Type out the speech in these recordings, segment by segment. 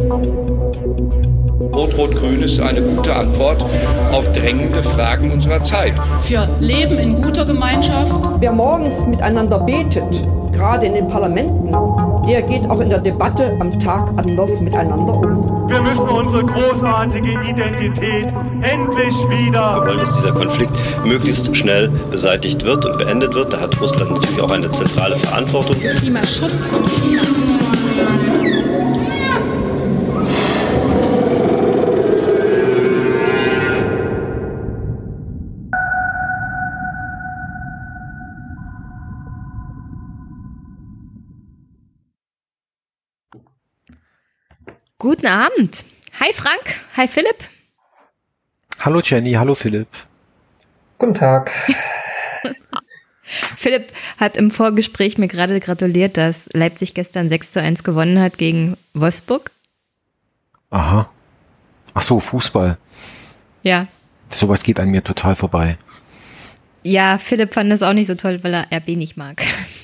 Rot-Rot-Grün ist eine gute Antwort auf drängende Fragen unserer Zeit. Für Leben in guter Gemeinschaft. Wer morgens miteinander betet, gerade in den Parlamenten, der geht auch in der Debatte am Tag anders miteinander um. Wir müssen unsere großartige Identität endlich wieder... Wir wollen, dass dieser Konflikt möglichst schnell beseitigt wird und beendet wird. Da hat Russland natürlich auch eine zentrale Verantwortung. Klimaschutz und Klimaanpassungsmaßnahmen. Guten Abend. Hi Frank, hi Philipp. Hallo Jenny, hallo Philipp. Guten Tag. Philipp hat im Vorgespräch mir gerade gratuliert, dass Leipzig gestern 6:1 gewonnen hat gegen Wolfsburg. Aha. Ach so, Fußball. Ja. Sowas geht an mir total vorbei. Ja, Philipp fand das auch nicht so toll, weil er RB nicht mag.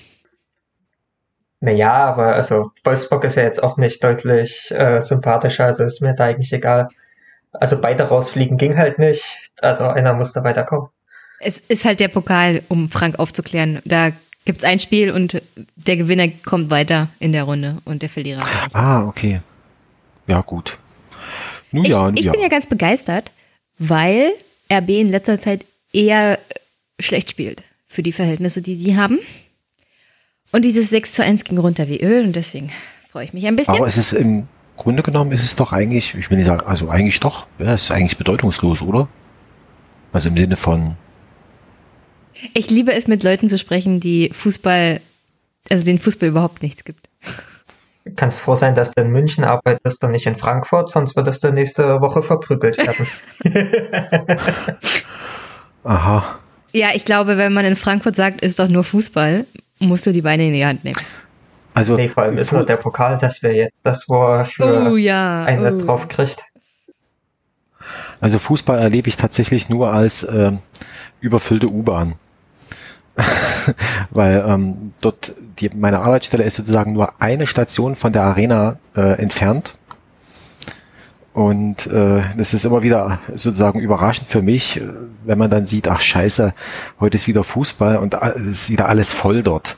Naja, aber also Wolfsburg ist ja jetzt auch nicht deutlich sympathischer, also ist mir da eigentlich egal. Also beide rausfliegen ging halt nicht, also einer musste weiterkommen. Es ist halt der Pokal, um Frank aufzuklären. Da gibt's ein Spiel und der Gewinner kommt weiter in der Runde und der Verlierer nicht. Ah, okay. Ja, gut. Ich bin ja ganz begeistert, weil RB in letzter Zeit eher schlecht spielt für die Verhältnisse, die sie haben. Und dieses 6:1 ging runter wie Öl und deswegen freue ich mich ein bisschen. Aber es ist im Grunde genommen ist es doch eigentlich, ich will nicht sagen, also eigentlich doch, ja, es ist eigentlich bedeutungslos, oder? Also im Sinne von... Ich liebe es, mit Leuten zu sprechen, die den Fußball überhaupt nichts gibt. Kann es froh sein, dass du in München arbeitest und nicht in Frankfurt, sonst würdest du nächste Woche verprügelt werden. Aha. Ja, ich glaube, wenn man in Frankfurt sagt, ist doch nur Fußball, musst du die Beine in die Hand nehmen. Also nee, vor allem ist nur der Pokal, das wäre jetzt das, wo er für eine drauf kriegt. Also Fußball erlebe ich tatsächlich nur als überfüllte U-Bahn. Weil dort meine Arbeitsstelle ist sozusagen nur eine Station von der Arena entfernt. Und das ist immer wieder sozusagen überraschend für mich, wenn man dann sieht, ach scheiße, heute ist wieder Fußball und es ist wieder alles voll dort.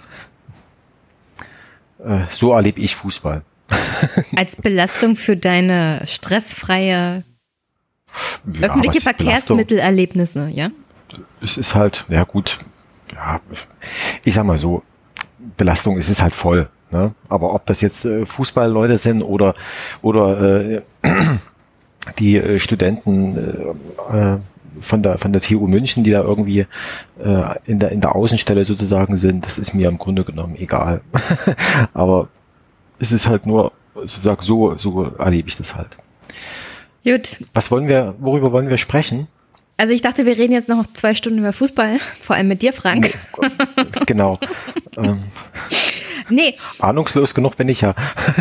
So erlebe ich Fußball. Als Belastung für deine stressfreie öffentliche Verkehrsmittelerlebnisse, ja? Es ist halt, ja gut, ja, ich sag mal so, Belastung, es ist halt voll. Ne? Aber ob das jetzt Fußballleute sind oder die Studenten von der TU München, die da irgendwie in der Außenstelle sozusagen sind, das ist mir im Grunde genommen egal. Aber es ist halt nur sozusagen so erlebe ich das halt. Gut. Worüber wollen wir sprechen? Also ich dachte, wir reden jetzt noch 2 Stunden über Fußball, vor allem mit dir, Frank. Genau. Nee. Ahnungslos genug bin ich ja.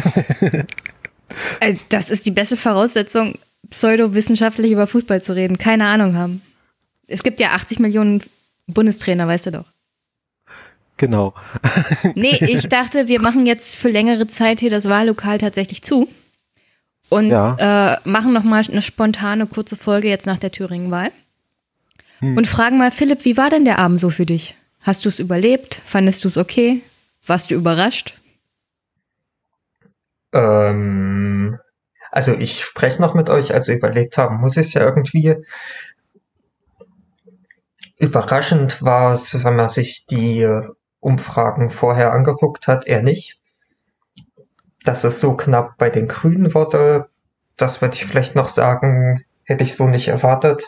Das ist die beste Voraussetzung, pseudowissenschaftlich über Fußball zu reden. Keine Ahnung haben. Es gibt ja 80 Millionen Bundestrainer, weißt du doch. Genau. Nee, ich dachte, wir machen jetzt für längere Zeit hier das Wahllokal tatsächlich zu. Und machen nochmal eine spontane, kurze Folge jetzt nach der Thüringen-Wahl. Und fragen mal, Philipp, wie war denn der Abend so für dich? Hast du es überlebt? Fandest du es okay? Warst du überrascht? Also ich spreche noch mit euch, also überlebt haben muss ich es ja irgendwie. Überraschend war es, wenn man sich die Umfragen vorher angeguckt hat, eher nicht. Dass es so knapp bei den Grünen wurde, das würde ich vielleicht noch sagen, hätte ich so nicht erwartet.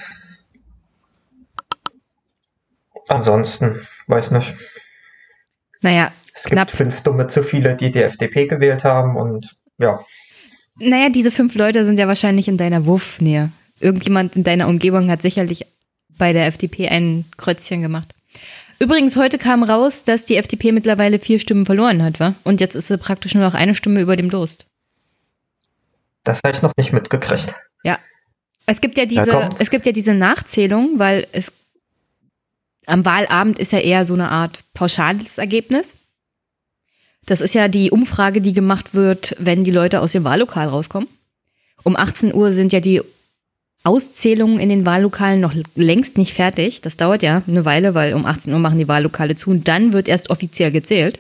Ansonsten, weiß nicht. Naja, es gibt 5 Dumme zu viele, die FDP gewählt haben und ja. Naja, diese 5 Leute sind ja wahrscheinlich in deiner Wurfnähe. Irgendjemand in deiner Umgebung hat sicherlich bei der FDP ein Kreuzchen gemacht. Übrigens, heute kam raus, dass die FDP mittlerweile 4 Stimmen verloren hat, wa? Und jetzt ist sie praktisch nur noch 1 Stimme über dem Durst. Das habe ich noch nicht mitgekriegt. Ja. Es gibt ja diese Nachzählung, weil am Wahlabend ist ja eher so eine Art pauschales Ergebnis. Das ist ja die Umfrage, die gemacht wird, wenn die Leute aus dem Wahllokal rauskommen. Um 18 Uhr sind ja die Auszählungen in den Wahllokalen noch längst nicht fertig. Das dauert ja eine Weile, weil um 18 Uhr machen die Wahllokale zu und dann wird erst offiziell gezählt.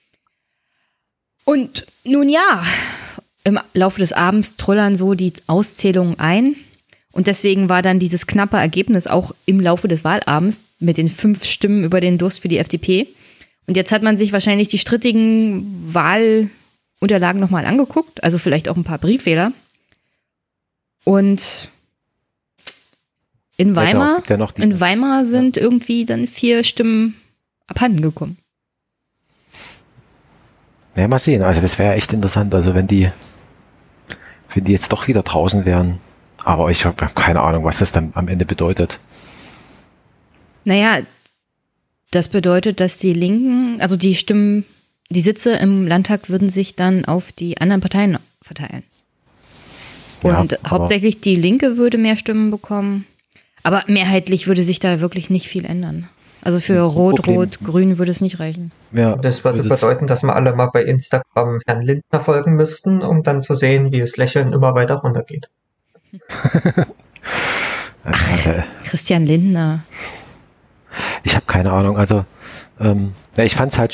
Und nun ja, im Laufe des Abends trullern so die Auszählungen ein. Und deswegen war dann dieses knappe Ergebnis auch im Laufe des Wahlabends mit den 5 Stimmen über den Durst für die FDP. Und jetzt hat man sich wahrscheinlich die strittigen Wahlunterlagen nochmal angeguckt, also vielleicht auch ein paar Brieffehler. Und in Weimar sind irgendwie dann 4 Stimmen abhanden gekommen. Ja, mal sehen. Also das wäre echt interessant. Also wenn die jetzt doch wieder draußen wären. Aber ich habe keine Ahnung, was das dann am Ende bedeutet. Naja, das bedeutet, dass die Linken, also die Stimmen, die Sitze im Landtag würden sich dann auf die anderen Parteien verteilen. Und ja, hauptsächlich die Linke würde mehr Stimmen bekommen. Aber mehrheitlich würde sich da wirklich nicht viel ändern. Also für Rot-Rot-Grün würde es nicht reichen. Ja, das würde bedeuten, dass wir alle mal bei Instagram Herrn Lindner folgen müssten, um dann zu sehen, wie das Lächeln immer weiter runtergeht. Christian Lindner. Ich habe keine Ahnung. Also ich fand es halt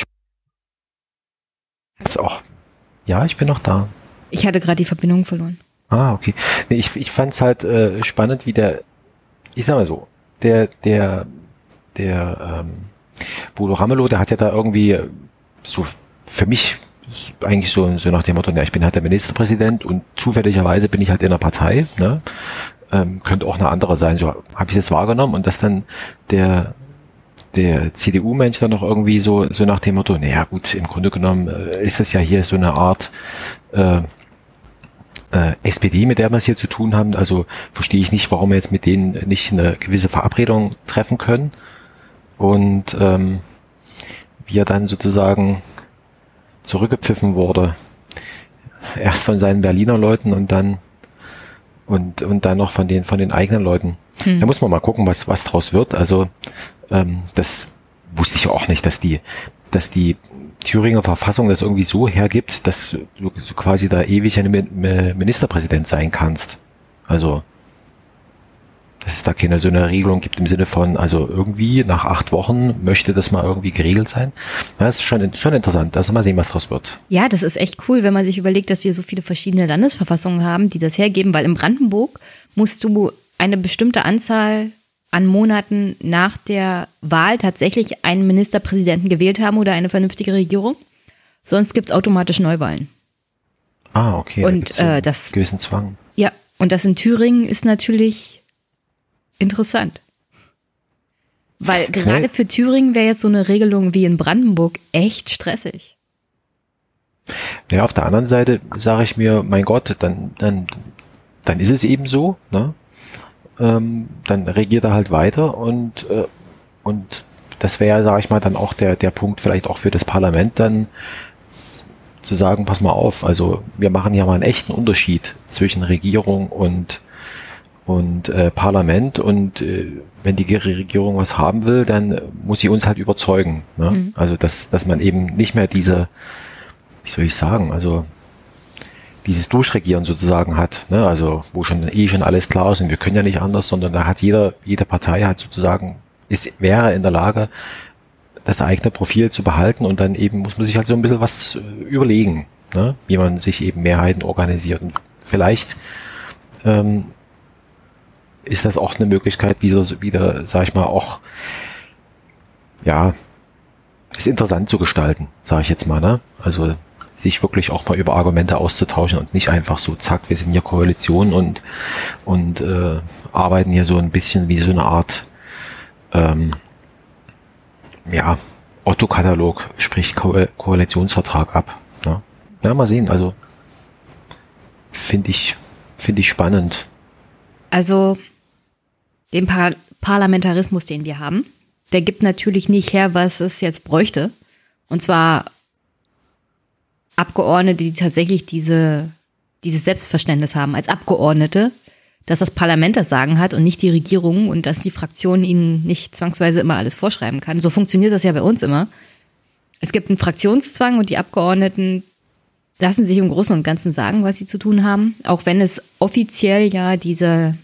auch. Ja, ich bin noch da. Ich hatte gerade die Verbindung verloren. Ah, okay. Nee, ich fand es halt spannend, wie ich sag mal so, der Bodo Ramelow, der hat ja da irgendwie so für mich eigentlich so nach dem Motto, ja, ich bin halt der Ministerpräsident und zufälligerweise bin ich halt in einer Partei, ne? Könnte auch eine andere sein, so habe ich das wahrgenommen und dass dann der CDU-Mensch dann noch irgendwie so nach dem Motto, naja gut, im Grunde genommen ist das ja hier so eine Art SPD, mit der wir es hier zu tun haben, also verstehe ich nicht, warum wir jetzt mit denen nicht eine gewisse Verabredung treffen können. Und wie er dann sozusagen zurückgepfiffen wurde, erst von seinen Berliner Leuten und dann noch von den eigenen Leuten. Da muss man mal gucken, was draus wird. Also das wusste ich auch nicht, dass die Thüringer Verfassung das irgendwie so hergibt, dass du quasi da ewig ein Ministerpräsident sein kannst. Also dass es da keine so eine Regelung gibt im Sinne von, also irgendwie nach 8 Wochen möchte das mal irgendwie geregelt sein. Das ist schon interessant. Also mal sehen, was draus wird. Ja, das ist echt cool, wenn man sich überlegt, dass wir so viele verschiedene Landesverfassungen haben, die das hergeben, weil in Brandenburg musst du eine bestimmte Anzahl an Monaten nach der Wahl tatsächlich einen Ministerpräsidenten gewählt haben oder eine vernünftige Regierung. Sonst gibt es automatisch Neuwahlen. Ah, okay. Und da das gewissen Zwang. Ja, und das in Thüringen ist natürlich interessant. Weil gerade für Thüringen wäre jetzt so eine Regelung wie in Brandenburg echt stressig. Ja, auf der anderen Seite sage ich mir, mein Gott, dann ist es eben so, ne? Dann regiert er halt weiter und das wäre, sage ich mal, dann auch der Punkt vielleicht auch für das Parlament dann zu sagen, pass mal auf, also wir machen ja mal einen echten Unterschied zwischen Regierung und Parlament und wenn die Regierung was haben will, dann muss sie uns halt überzeugen. Ne? Mhm. Also dass man eben nicht mehr diese, wie soll ich sagen, also dieses Durchregieren sozusagen hat, ne? Also wo schon alles klar ist und wir können ja nicht anders, sondern da hat jede Partei halt sozusagen, wäre in der Lage, das eigene Profil zu behalten und dann eben muss man sich halt so ein bisschen was überlegen, ne? Wie man sich eben Mehrheiten organisiert und vielleicht ist das auch eine Möglichkeit, wieder, sag ich mal, auch, ja, es interessant zu gestalten, sage ich jetzt mal, ne? Also sich wirklich auch mal über Argumente auszutauschen und nicht einfach so, zack, wir sind hier Koalition und arbeiten hier so ein bisschen wie so eine Art, ja, Otto-Katalog, sprich Koalitionsvertrag ab. Ne? Ja, mal sehen, also finde ich spannend. Also den Parlamentarismus, den wir haben, der gibt natürlich nicht her, was es jetzt bräuchte. Und zwar Abgeordnete, die tatsächlich dieses Selbstverständnis haben als Abgeordnete, dass das Parlament das Sagen hat und nicht die Regierung und dass die Fraktion ihnen nicht zwangsweise immer alles vorschreiben kann. So funktioniert das ja bei uns immer. es gibt einen Fraktionszwang und die Abgeordneten lassen sich im Großen und Ganzen sagen, was sie zu tun haben, auch wenn es offiziell ja diese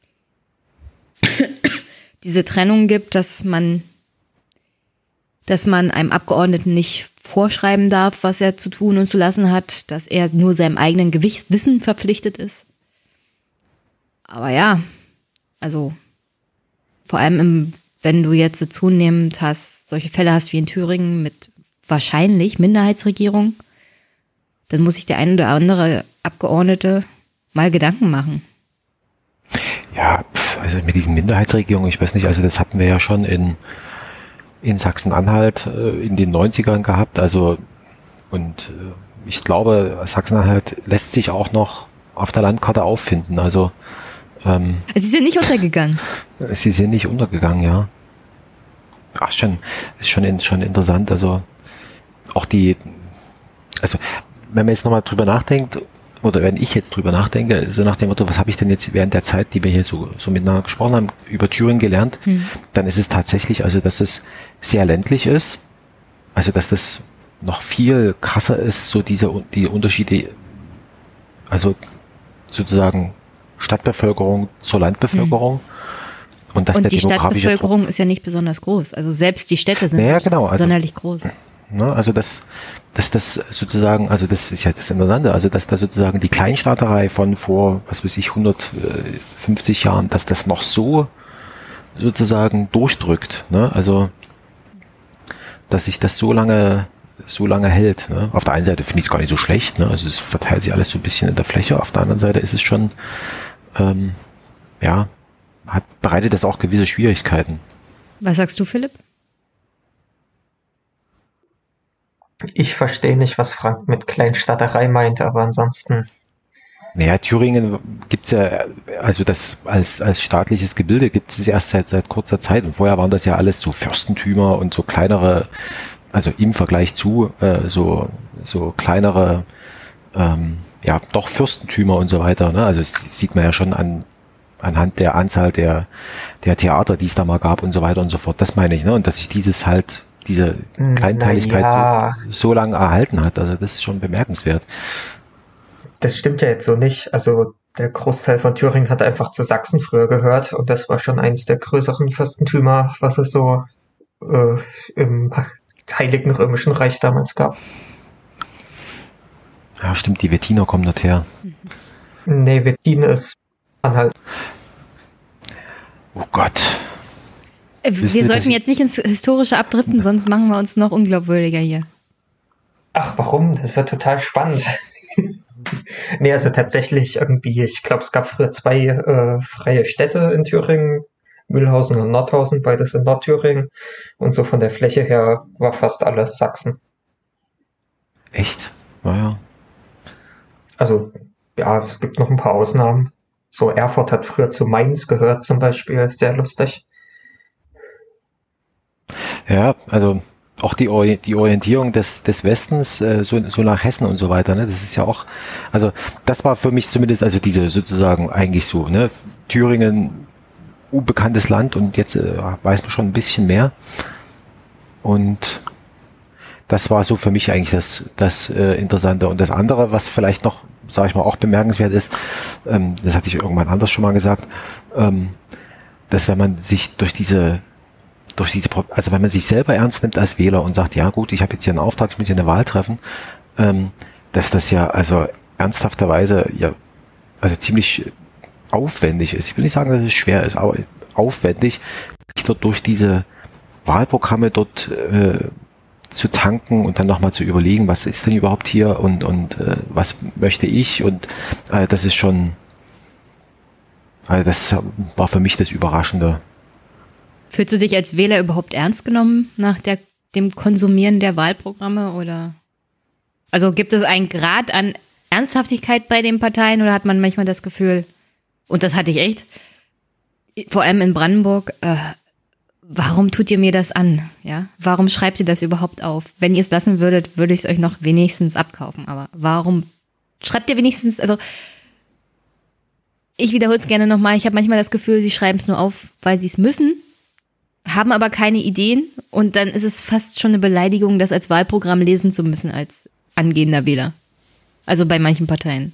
Trennung gibt, dass man einem Abgeordneten nicht vorschreiben darf, was er zu tun und zu lassen hat, dass er nur seinem eigenen Wissen verpflichtet ist. Aber ja, also vor allem wenn du jetzt zunehmend solche Fälle hast wie in Thüringen mit wahrscheinlich Minderheitsregierung, dann muss sich der eine oder andere Abgeordnete mal Gedanken machen. Ja, also mit diesen Minderheitsregierungen, ich weiß nicht, also das hatten wir ja schon in Sachsen-Anhalt in den 90ern gehabt, also und ich glaube, Sachsen-Anhalt lässt sich auch noch auf der Landkarte auffinden, also Sie sind nicht untergegangen. Sie sind nicht untergegangen, ja. Ach, ist schon interessant, also auch also wenn man jetzt nochmal drüber nachdenkt, oder wenn ich jetzt drüber nachdenke, so nach dem Motto, was habe ich denn jetzt während der Zeit, die wir hier so miteinander gesprochen haben, über Thüringen gelernt, dann ist es tatsächlich, also dass es sehr ländlich ist, also dass das noch viel krasser ist, so die Unterschiede, also sozusagen Stadtbevölkerung zur Landbevölkerung. Und die Stadtbevölkerung ist ja nicht besonders groß, also selbst die Städte sind nicht sonderlich groß. Ne, also dass das sozusagen, also das ist ja das Interessante, also dass da sozusagen die Kleinstaaterei von vor, was weiß ich, 150 Jahren, dass das noch so sozusagen durchdrückt, ne? Also dass sich das so lange hält. Ne? Auf der einen Seite finde ich es gar nicht so schlecht, ne? Also es verteilt sich alles so ein bisschen in der Fläche, auf der anderen Seite ist es schon, bereitet das auch gewisse Schwierigkeiten. Was sagst du, Philipp? Ich verstehe nicht, was Frank mit Kleinstaaterei meint, aber ansonsten. Naja, Thüringen gibt's ja, also das als staatliches Gebilde gibt es erst seit kurzer Zeit und vorher waren das ja alles so Fürstentümer und so kleinere, also im Vergleich zu so kleinere, doch Fürstentümer und so weiter. Ne? Also das sieht man ja schon anhand der Anzahl der Theater, die es da mal gab und so weiter und so fort. Das meine ich, ne? Und dass sich diese Kleinteiligkeit so lange erhalten hat. Also das ist schon bemerkenswert. Das stimmt ja jetzt so nicht. Also der Großteil von Thüringen hat einfach zu Sachsen früher gehört und das war schon eins der größeren Fürstentümer, was es so im Heiligen Römischen Reich damals gab. Ja, stimmt, die Wettiner kommen dorthin. Nee, Wettin ist Anhalt. Oh Gott. Wir sollten jetzt nicht ins Historische abdriften, sonst machen wir uns noch unglaubwürdiger hier. Ach, warum? Das wird total spannend. Nee, also tatsächlich irgendwie, ich glaube, es gab früher 2 freie Städte in Thüringen, Mühlhausen und Nordhausen, beides in Nordthüringen. Und so von der Fläche her war fast alles Sachsen. Echt? Naja. Also, ja, es gibt noch ein paar Ausnahmen. So, Erfurt hat früher zu Mainz gehört zum Beispiel, sehr lustig. Ja, also auch die Orientierung des Westens so nach Hessen und so weiter, ne, das ist ja auch, also das war für mich zumindest, also diese sozusagen eigentlich so, ne, Thüringen, unbekanntes Land und jetzt weiß man schon ein bisschen mehr und das war so für mich eigentlich das Interessante. Und das andere, was vielleicht noch, sage ich mal, auch bemerkenswert ist, das hatte ich irgendwann anders schon mal gesagt, dass wenn man sich also wenn man sich selber ernst nimmt als Wähler und sagt, ja gut, ich habe jetzt hier einen Auftrag, ich muss hier eine Wahl treffen, dass das ja also ernsthafterweise ja also ziemlich aufwendig ist. Ich will nicht sagen, dass es schwer ist, aber aufwendig, sich dort durch diese Wahlprogramme dort zu tanken und dann nochmal zu überlegen, was ist denn überhaupt hier und was möchte ich und das ist schon, also das war für mich das Überraschende. Fühlst du dich als Wähler überhaupt ernst genommen nach dem Konsumieren der Wahlprogramme oder? Also gibt es einen Grad an Ernsthaftigkeit bei den Parteien oder hat man manchmal das Gefühl, und das hatte ich echt, vor allem in Brandenburg, warum tut ihr mir das an? Ja? Warum schreibt ihr das überhaupt auf? Wenn ihr es lassen würdet, würde ich es euch noch wenigstens abkaufen. Aber warum schreibt ihr wenigstens, also ich wiederhole es gerne nochmal, ich habe manchmal das Gefühl, sie schreiben es nur auf, weil sie es müssen. haben aber keine Ideen und dann ist es fast schon eine Beleidigung, das als Wahlprogramm lesen zu müssen als angehender Wähler. Also bei manchen Parteien.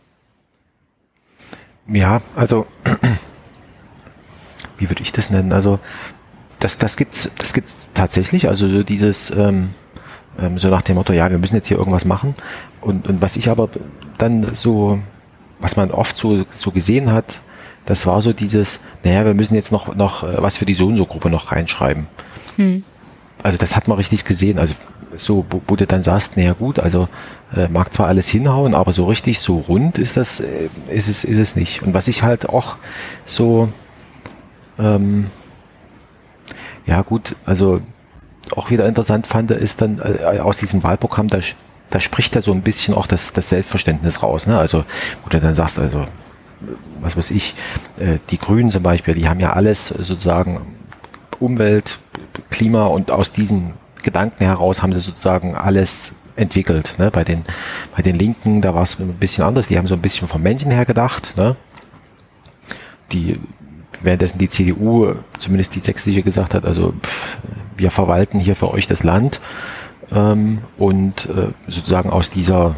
Ja, also wie würde ich das nennen? Also das gibt's tatsächlich, also so dieses so nach dem Motto, ja, wir müssen jetzt hier irgendwas machen und was ich aber dann so, was man oft so gesehen hat, das war so dieses, naja, wir müssen jetzt noch was für die So-und-so-Gruppe noch reinschreiben. Also das hat man richtig gesehen, also so, wo du dann sagst, naja gut, also mag zwar alles hinhauen, aber so richtig so rund ist das, ist es nicht. Und was ich halt auch so, ja gut, also auch wieder interessant fand, ist dann aus diesem Wahlprogramm, da spricht da so ein bisschen auch das Selbstverständnis raus, ne? Also wo du dann sagst, also was weiß ich, die Grünen zum Beispiel, die haben ja alles sozusagen Umwelt, Klima und aus diesem Gedanken heraus haben sie sozusagen alles entwickelt. Ne? Bei den Linken, da war es ein bisschen anders, die haben so ein bisschen vom Menschen her gedacht. Ne? Währenddessen die CDU, zumindest die sächsische, gesagt hat, also wir verwalten hier für euch das Land und sozusagen aus dieser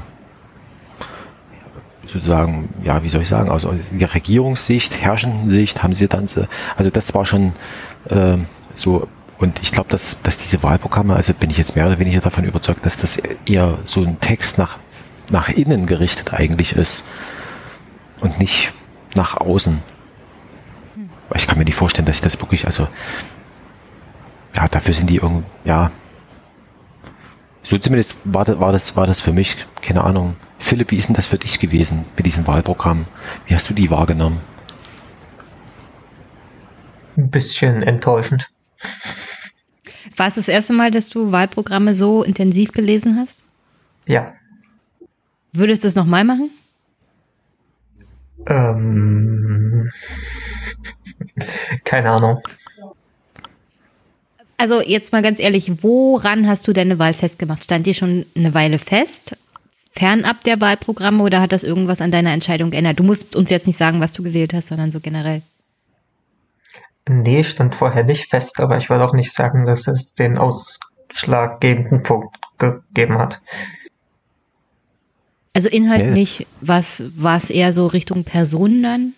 sozusagen, ja, wie soll ich sagen, aus der Regierungssicht, herrschenden Sicht haben sie dann, also das war schon so, und ich glaube, dass diese Wahlprogramme, also bin ich jetzt mehr oder weniger davon überzeugt, dass das eher so ein Text nach innen gerichtet eigentlich ist und nicht nach außen. Ich kann mir nicht vorstellen, dass ich das wirklich, also ja, dafür sind die irgendwie, ja, so zumindest war das für mich, keine Ahnung. Philipp, wie ist denn das für dich gewesen mit diesem Wahlprogramm? Wie hast du die wahrgenommen? Ein bisschen enttäuschend. War es das erste Mal, dass du Wahlprogramme so intensiv gelesen hast? Ja. Würdest du es nochmal machen? Keine Ahnung. Also jetzt mal ganz ehrlich, woran hast du deine Wahl festgemacht? Stand die schon eine Weile fest? Fernab der Wahlprogramme oder hat das irgendwas an deiner Entscheidung geändert? Du musst uns jetzt nicht sagen, was du gewählt hast, sondern so generell. Nee, stand vorher nicht fest, aber ich will auch nicht sagen, dass es den ausschlaggebenden Punkt gegeben hat. Also inhaltlich, war es eher so Richtung Personen dann?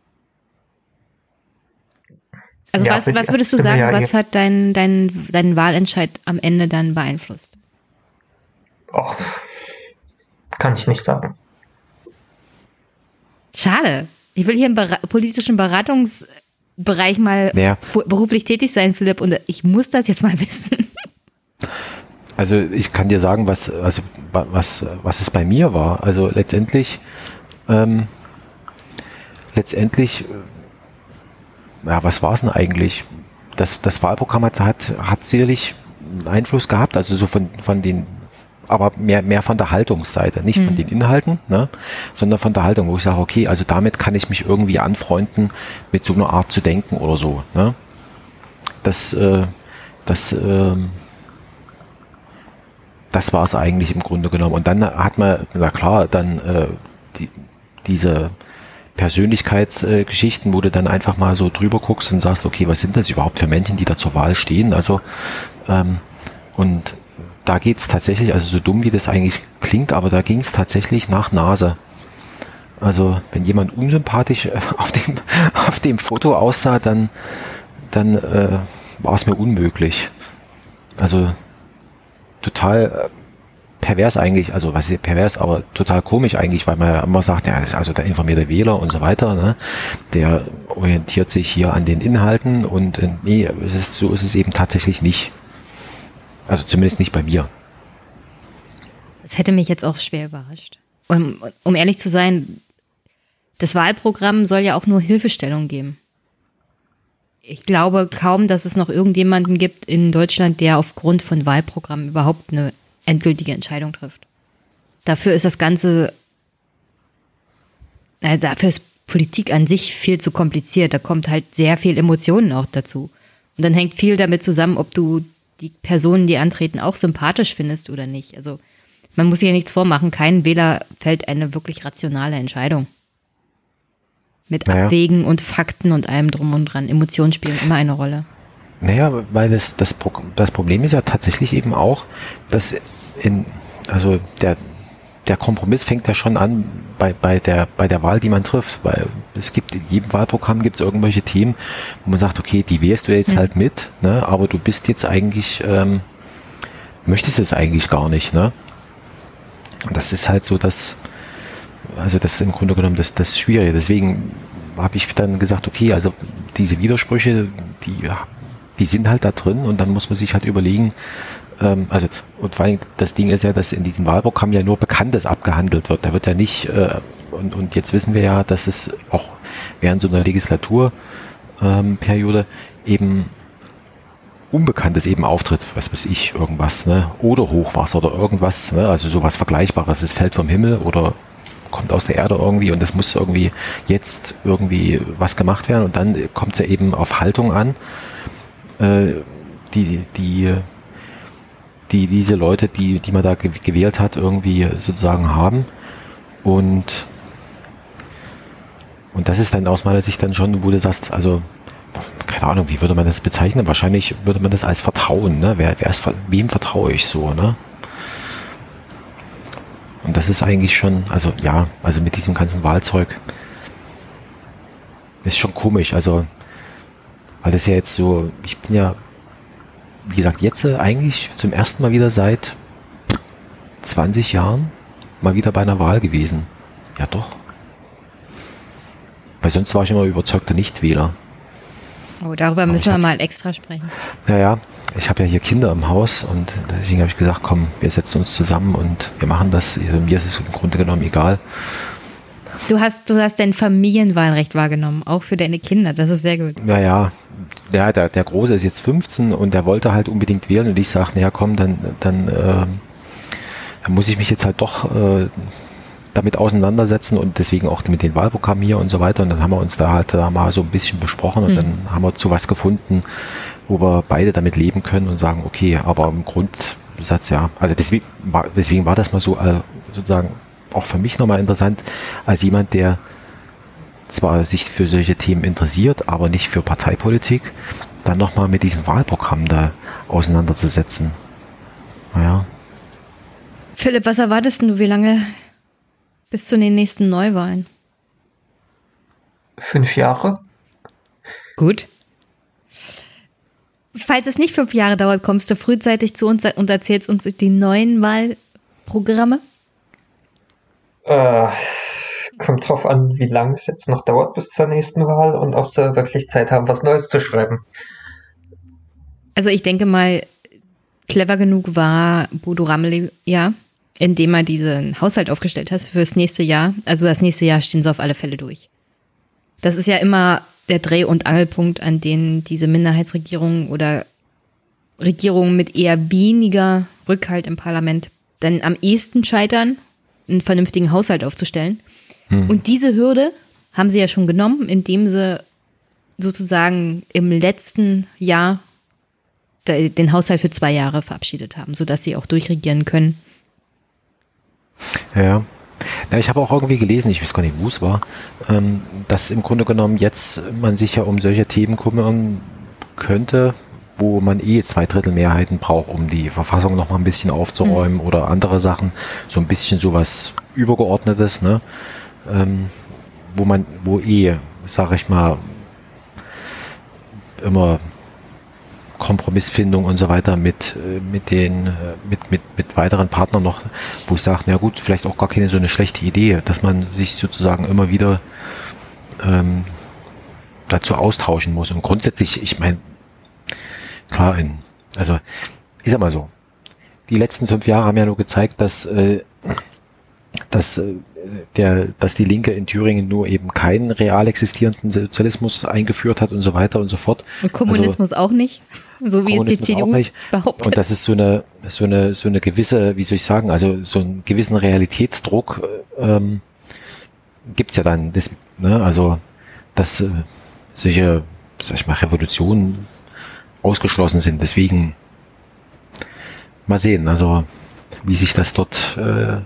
Also ja, was würdest du sagen, was hat deinen Wahlentscheid am Ende dann beeinflusst? Oh, kann ich nicht sagen. Schade. Ich will hier im politischen Beratungsbereich mal beruflich tätig sein, Philipp, und ich muss das jetzt mal wissen. Also ich kann dir sagen, was es bei mir war. Also letztendlich, ja, was war es denn eigentlich? Das Wahlprogramm hat sicherlich einen Einfluss gehabt, also so von den, aber mehr von der Haltungsseite, nicht von den Inhalten, ne, sondern von der Haltung, wo ich sage, okay, also damit kann ich mich irgendwie anfreunden, mit so einer Art zu denken oder so. Ne? Das war es eigentlich im Grunde genommen. Und dann hat man, na klar, dann diese Persönlichkeitsgeschichten, wo du dann einfach mal so drüber guckst und sagst, okay, was sind das überhaupt für Menschen, die da zur Wahl stehen? Also und da geht's tatsächlich, also so dumm wie das eigentlich klingt, aber da ging es tatsächlich nach Nase. Also wenn jemand unsympathisch auf dem Foto aussah, dann war es mir unmöglich. Also total pervers eigentlich, also was ist pervers, aber total komisch eigentlich, weil man ja immer sagt, ja, das ist also der informierte Wähler und so weiter, ne? Der orientiert sich hier an den Inhalten und nee, so ist es eben tatsächlich nicht. Also zumindest nicht bei mir. Das hätte mich jetzt auch schwer überrascht. Um ehrlich zu sein, das Wahlprogramm soll ja auch nur Hilfestellung geben. Ich glaube kaum, dass es noch irgendjemanden gibt in Deutschland, der aufgrund von Wahlprogrammen überhaupt eine endgültige Entscheidung trifft. Dafür ist das Ganze, also dafür ist Politik an sich viel zu kompliziert. Da kommt halt sehr viel Emotionen auch dazu. Und dann hängt viel damit zusammen, ob du die Personen, die antreten, auch sympathisch findest oder nicht. Also man muss sich ja nichts vormachen. Kein Wähler fällt eine wirklich rationale Entscheidung. Mit Abwägen und Fakten und allem drum und dran. Emotionen spielen immer eine Rolle. Naja, weil das Problem ist ja tatsächlich eben auch, dass der Kompromiss fängt ja schon an bei der Wahl, die man trifft, weil es gibt in jedem Wahlprogramm gibt es irgendwelche Themen, wo man sagt, okay, die wählst du jetzt halt mit, ne, aber du bist jetzt eigentlich, möchtest es eigentlich gar nicht, ne? Und das ist halt so, das ist im Grunde genommen das Schwierige. Deswegen habe ich dann gesagt, okay, also diese Widersprüche, die sind halt da drin und dann muss man sich halt überlegen, und vor allem das Ding ist ja, dass in diesem Wahlprogramm ja nur Bekanntes abgehandelt wird. Da wird ja nicht, und jetzt wissen wir ja, dass es auch während so einer Legislaturperiode eben Unbekanntes eben auftritt, was weiß ich, irgendwas, ne? Oder Hochwasser oder irgendwas, ne? Also sowas Vergleichbares. Es fällt vom Himmel oder kommt aus der Erde irgendwie und das muss irgendwie jetzt irgendwie was gemacht werden und dann kommt es ja eben auf Haltung an, die diese Leute, die man da gewählt hat, irgendwie sozusagen haben. Und das ist dann aus meiner Sicht dann schon, wo du sagst, also keine Ahnung, wie würde man das bezeichnen? Wahrscheinlich würde man das als Vertrauen, ne? Wem vertraue ich so, ne? Und das ist eigentlich schon, also mit diesem ganzen Wahlzeug ist schon komisch, also weil das ja jetzt so, ich bin ja wie gesagt, jetzt eigentlich zum ersten Mal wieder seit 20 Jahren mal wieder bei einer Wahl gewesen. Ja doch. Weil sonst war ich immer überzeugter Nichtwähler. Oh, darüber müssen wir mal extra sprechen. Ja, ich habe ja hier Kinder im Haus und deswegen habe ich gesagt, komm, wir setzen uns zusammen und wir machen das. Mir ist es im Grunde genommen egal. Du hast dein Familienwahlrecht wahrgenommen, auch für deine Kinder, das ist sehr gut. Ja, der Große ist jetzt 15 und der wollte halt unbedingt wählen und ich sage, naja komm, dann muss ich mich jetzt halt doch damit auseinandersetzen und deswegen auch mit den Wahlprogrammen hier und so weiter und dann haben wir uns da halt mal so ein bisschen besprochen und dann haben wir zu was gefunden, wo wir beide damit leben können und sagen, okay, aber im Grundsatz ja, also deswegen war das mal so sozusagen auch für mich nochmal interessant, als jemand, der zwar sich für solche Themen interessiert, aber nicht für Parteipolitik, dann nochmal mit diesem Wahlprogramm da auseinanderzusetzen. Naja. Philipp, was erwartest du, wie lange bis zu den nächsten Neuwahlen? 5 Jahre. Gut. Falls es nicht 5 Jahre dauert, kommst du frühzeitig zu uns und erzählst uns die neuen Wahlprogramme? Kommt drauf an, wie lange es jetzt noch dauert bis zur nächsten Wahl und ob sie wirklich Zeit haben, was Neues zu schreiben. Also ich denke mal, clever genug war Bodo Ramelow, ja, indem er diesen Haushalt aufgestellt hat fürs nächste Jahr. Also das nächste Jahr stehen sie auf alle Fälle durch. Das ist ja immer der Dreh- und Angelpunkt, an denen diese Minderheitsregierungen oder Regierungen mit eher weniger Rückhalt im Parlament dann am ehesten scheitern, einen vernünftigen Haushalt aufzustellen. Und diese Hürde haben sie ja schon genommen, indem sie sozusagen im letzten Jahr den Haushalt für 2 Jahre verabschiedet haben, sodass sie auch durchregieren können. Ja, ich habe auch irgendwie gelesen, ich weiß gar nicht, wo es war, dass im Grunde genommen jetzt man sich ja um solche Themen kümmern könnte, wo man 2/3 Mehrheiten braucht, um die Verfassung noch mal ein bisschen aufzuräumen oder andere Sachen, so ein bisschen sowas Übergeordnetes, ne? Wo sag ich mal, immer Kompromissfindung und so weiter mit weiteren Partnern noch, wo ich sage, na gut, vielleicht auch gar keine so eine schlechte Idee, dass man sich sozusagen immer wieder dazu austauschen muss. Und grundsätzlich, ich meine, klar, also ich sag mal so, die letzten 5 Jahre haben ja nur gezeigt, dass die Linke in Thüringen nur eben keinen real existierenden Sozialismus eingeführt hat und so weiter und so fort. Und Kommunismus auch nicht, so wie es die CDU behauptet. Und das ist so eine gewisse, wie soll ich sagen, also so einen gewissen Realitätsdruck gibt's ja dann, also dass solche, sag ich mal, Revolutionen ausgeschlossen sind. Deswegen mal sehen, also wie sich das dort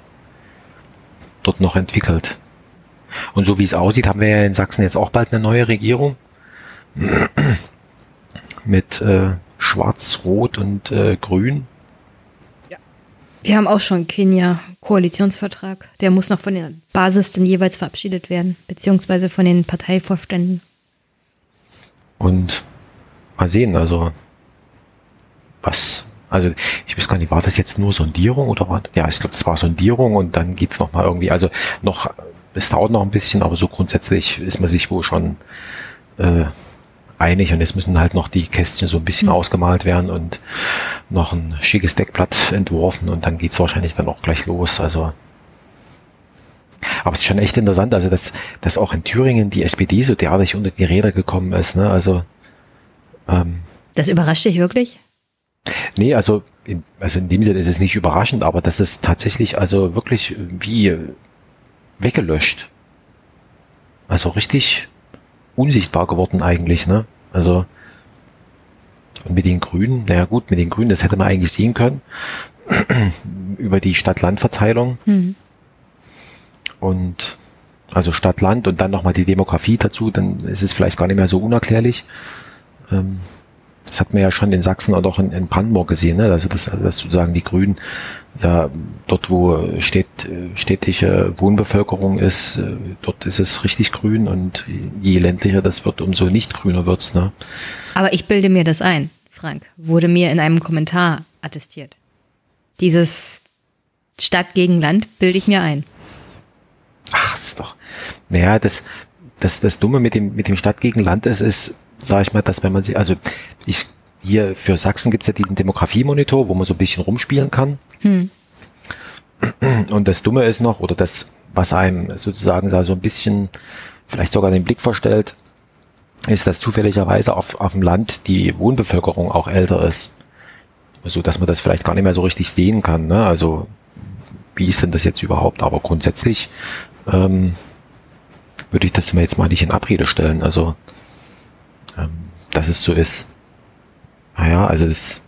noch entwickelt. Und so wie es aussieht, haben wir ja in Sachsen jetzt auch bald eine neue Regierung mit Schwarz, Rot und Grün. Wir haben auch schon Kenia-Koalitionsvertrag. Der muss noch von der Basis dann jeweils verabschiedet werden, beziehungsweise von den Parteivorständen. Und mal sehen, also ich weiß gar nicht, war das jetzt nur Sondierung oder was? Ja, ich glaube, das war Sondierung und dann geht's noch mal irgendwie, also noch, es dauert noch ein bisschen, aber so grundsätzlich ist man sich wohl schon einig und jetzt müssen halt noch die Kästchen so ein bisschen ausgemalt werden und noch ein schickes Deckblatt entworfen und dann geht's wahrscheinlich dann auch gleich los, also aber es ist schon echt interessant, also dass auch in Thüringen die SPD so derartig unter die Räder gekommen ist, ne, also das überrascht dich wirklich? Nee, also in dem Sinne ist es nicht überraschend, aber das ist tatsächlich also wirklich wie weggelöscht. Also richtig unsichtbar geworden eigentlich, ne? Also und mit den Grünen, naja gut, mit den Grünen, das hätte man eigentlich sehen können über die Stadt-Land-Verteilung. Und also Stadt-Land und dann nochmal die Demografie dazu, dann ist es vielleicht gar nicht mehr so unerklärlich. Das hat man ja schon in Sachsen und auch in Brandenburg gesehen, ne? Also dass sozusagen die Grünen ja dort, wo städtische Wohnbevölkerung ist, dort ist es richtig grün und je ländlicher das wird, umso nicht grüner wird's, ne? Aber ich bilde mir das ein, Frank, wurde mir in einem Kommentar attestiert. Dieses Stadt gegen Land bilde ich mir ein. Ach, das ist doch, naja, das Dumme mit dem Stadt gegen Land ist, sage ich mal, dass wenn man sich, also hier für Sachsen gibt's ja diesen Demografiemonitor, wo man so ein bisschen rumspielen kann. Und das Dumme ist noch, oder das, was einem sozusagen da so ein bisschen vielleicht sogar den Blick verstellt, ist, dass zufälligerweise auf dem Land die Wohnbevölkerung auch älter ist. So dass man das vielleicht gar nicht mehr so richtig sehen kann, ne? Also wie ist denn das jetzt überhaupt? Aber grundsätzlich würde ich das mir jetzt mal nicht in Abrede stellen. Also dass es so ist. Naja, also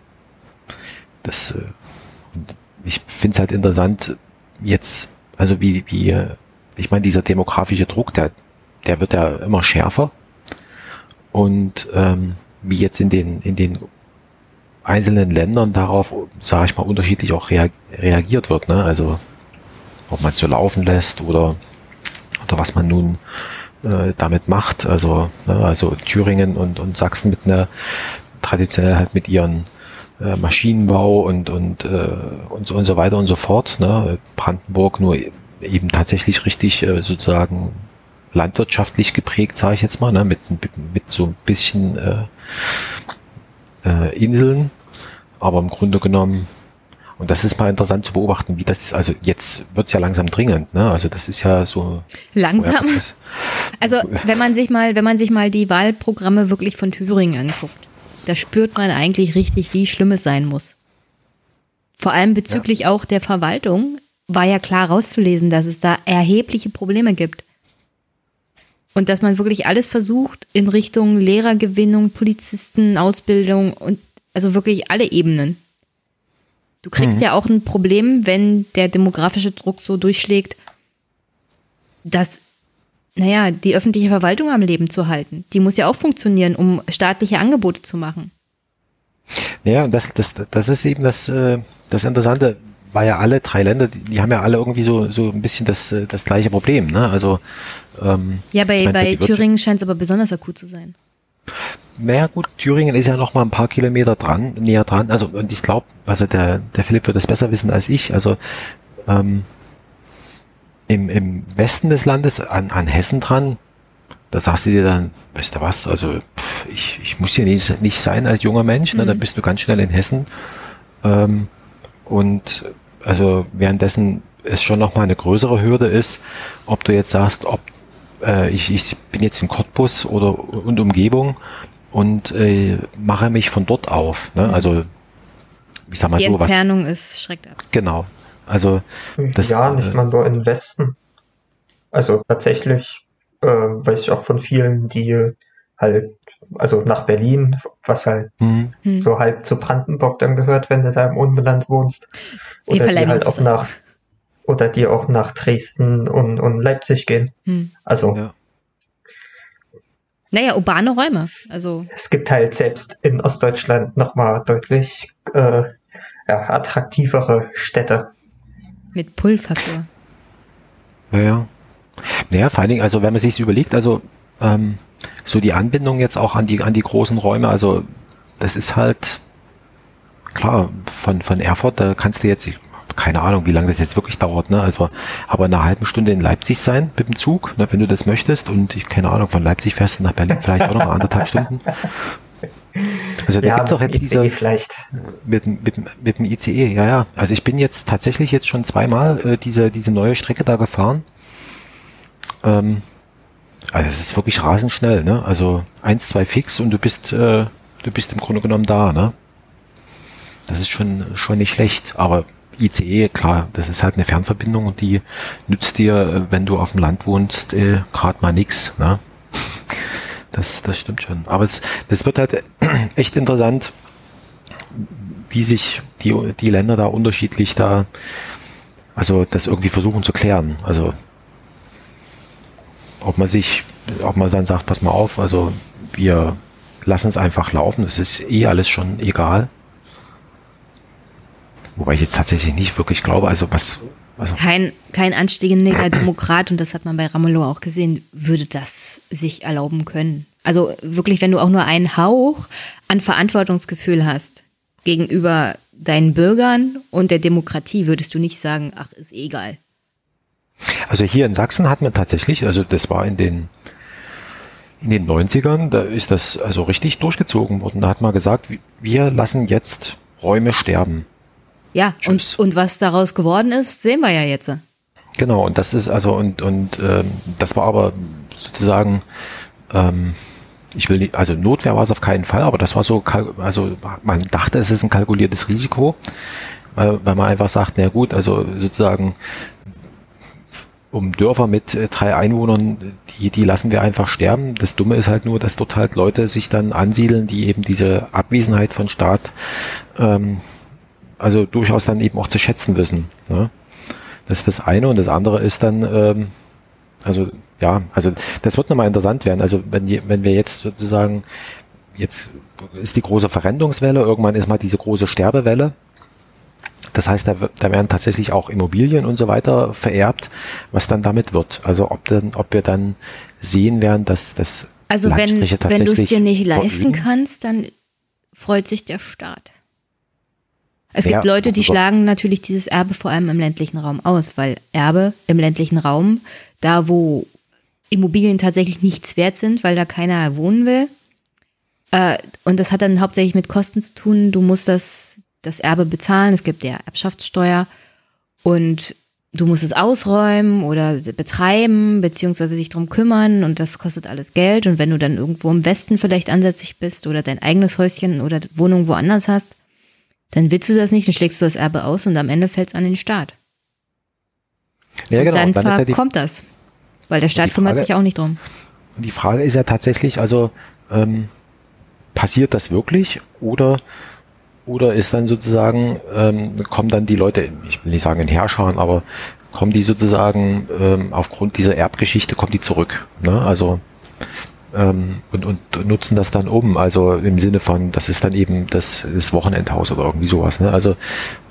ich finde es halt interessant, jetzt, also wie ich meine, dieser demografische Druck, der wird ja immer schärfer und wie jetzt in den einzelnen Ländern darauf, sage ich mal, unterschiedlich auch reagiert wird, ne? Also ob man es so laufen lässt oder was man nun damit macht, also Thüringen und Sachsen mit einer traditionell halt mit ihren Maschinenbau und so weiter und so fort, ne? Brandenburg nur eben tatsächlich richtig sozusagen landwirtschaftlich geprägt, sage ich jetzt mal, ne? Mit so ein bisschen Inseln, aber im Grunde genommen, und das ist mal interessant zu beobachten, wie das, also jetzt wird's ja langsam dringend, ne? Also das ist ja so langsam. Also wenn man sich mal die Wahlprogramme wirklich von Thüringen anguckt, da spürt man eigentlich richtig, wie schlimm es sein muss. Vor allem bezüglich auch der Verwaltung war ja klar rauszulesen, dass es da erhebliche Probleme gibt. Und dass man wirklich alles versucht in Richtung Lehrergewinnung, Polizisten, Ausbildung und also wirklich alle Ebenen. Du kriegst ja auch ein Problem, wenn der demografische Druck so durchschlägt, dass, die öffentliche Verwaltung am Leben zu halten. Die muss ja auch funktionieren, um staatliche Angebote zu machen. Ja, und das ist eben das Interessante, weil ja alle drei Länder, die haben ja alle irgendwie so ein bisschen das gleiche Problem, ne? Also bei Thüringen scheint es aber besonders akut zu sein. Naja gut, Thüringen ist ja noch mal ein paar Kilometer näher dran. Also und ich glaube, also der Philipp wird das besser wissen als ich. Also im Westen des Landes an Hessen dran, da sagst du dir dann, weißt du was? Also ich muss hier nicht sein als junger Mensch. Ne? Dann bist du ganz schnell in Hessen. Und also währenddessen es schon noch mal eine größere Hürde ist, ob du jetzt sagst, ob ich bin jetzt in Cottbus und Umgebung und mache mich von dort auf. Ne? Also ich sag mal die so, Entfernung ist schreckt ab. Genau. Also das, ja, nicht mal nur im Westen. Also tatsächlich weiß ich auch von vielen, die halt, also nach Berlin, was halt so halb zu Brandenburg dann gehört, wenn du da im Unbeland wohnst. Oder die halt auch nach Dresden und Leipzig gehen. Also Naja, urbane Räume. Also es gibt halt selbst in Ostdeutschland nochmal deutlich attraktivere Städte. Mit Pull-Faktor. Ja. Naja, vor allen Dingen, also wenn man sich überlegt, also so die Anbindung jetzt auch an die großen Räume, also das ist halt klar, von Erfurt, da kannst du jetzt, keine Ahnung, wie lange das jetzt wirklich dauert, ne? Also, aber in einer halben Stunde in Leipzig sein mit dem Zug, ne, wenn du das möchtest, und keine Ahnung, von Leipzig fährst du nach Berlin vielleicht auch noch 1,5 Stunden. Also da gibt's doch jetzt diese vielleicht. Mit dem ICE, ja. Also ich bin jetzt tatsächlich schon zweimal diese neue Strecke da gefahren. Also es ist wirklich rasend schnell, ne? Also 1, 2 fix und du bist im Grunde genommen da, ne? Das ist schon nicht schlecht, aber ICE, klar, das ist halt eine Fernverbindung und die nützt dir, wenn du auf dem Land wohnst, gerade mal nix, ne? Das stimmt schon. Aber das wird halt echt interessant, wie sich die Länder da unterschiedlich also das irgendwie versuchen zu klären. Also ob man dann sagt, pass mal auf, also wir lassen es einfach laufen, es ist alles schon egal. Wobei ich jetzt tatsächlich nicht wirklich glaube, also kein anständiger Demokrat, und das hat man bei Ramelow auch gesehen, würde das sich erlauben können. Also wirklich, wenn du auch nur einen Hauch an Verantwortungsgefühl hast gegenüber deinen Bürgern und der Demokratie, würdest du nicht sagen, ach, ist egal. Also hier in Sachsen hat man tatsächlich, also das war in den 90ern, da ist das also richtig durchgezogen worden. Da hat man gesagt, wir lassen jetzt Räume sterben. Ja, und was daraus geworden ist, sehen wir ja jetzt. Genau, und das ist also, und das war aber sozusagen, also Notwehr war es auf keinen Fall, aber das war so, also man dachte, es ist ein kalkuliertes Risiko, weil man einfach sagt, na gut, also sozusagen um Dörfer mit 3 Einwohnern, die lassen wir einfach sterben. Das Dumme ist halt nur, dass dort halt Leute sich dann ansiedeln, die eben diese Abwesenheit von Staat also durchaus dann eben auch zu schätzen wissen. Ne? Das ist das eine, und das andere ist dann, also das wird nochmal interessant werden. Also wenn wir jetzt sozusagen, jetzt ist die große Verrentungswelle, irgendwann ist mal diese große Sterbewelle. Das heißt, da werden tatsächlich auch Immobilien und so weiter vererbt, was dann damit wird. Also ob wir dann sehen werden, dass das also wenn du es dir nicht leisten kannst, dann freut sich der Staat. Es gibt Leute, die schlagen natürlich dieses Erbe vor allem im ländlichen Raum aus, weil Erbe im ländlichen Raum, da wo Immobilien tatsächlich nichts wert sind, weil da keiner wohnen will, und das hat dann hauptsächlich mit Kosten zu tun, du musst das Erbe bezahlen, es gibt ja Erbschaftssteuer und du musst es ausräumen oder betreiben, beziehungsweise sich drum kümmern, und das kostet alles Geld, und wenn du dann irgendwo im Westen vielleicht ansässig bist oder dein eigenes Häuschen oder Wohnung woanders hast, dann willst du das nicht, dann schlägst du das Erbe aus und am Ende fällt es an den Staat. Ja, genau. Und dann kommt das, weil der Staat kümmert sich auch nicht drum. Und die Frage ist ja tatsächlich, also passiert das wirklich oder ist dann sozusagen, kommen dann die Leute, ich will nicht sagen in Heerscharen, aber kommen die sozusagen aufgrund dieser Erbgeschichte, kommen die zurück, ne? Also und nutzen das dann um, also im Sinne von, das ist dann eben das Wochenendhaus oder irgendwie sowas, ne? Also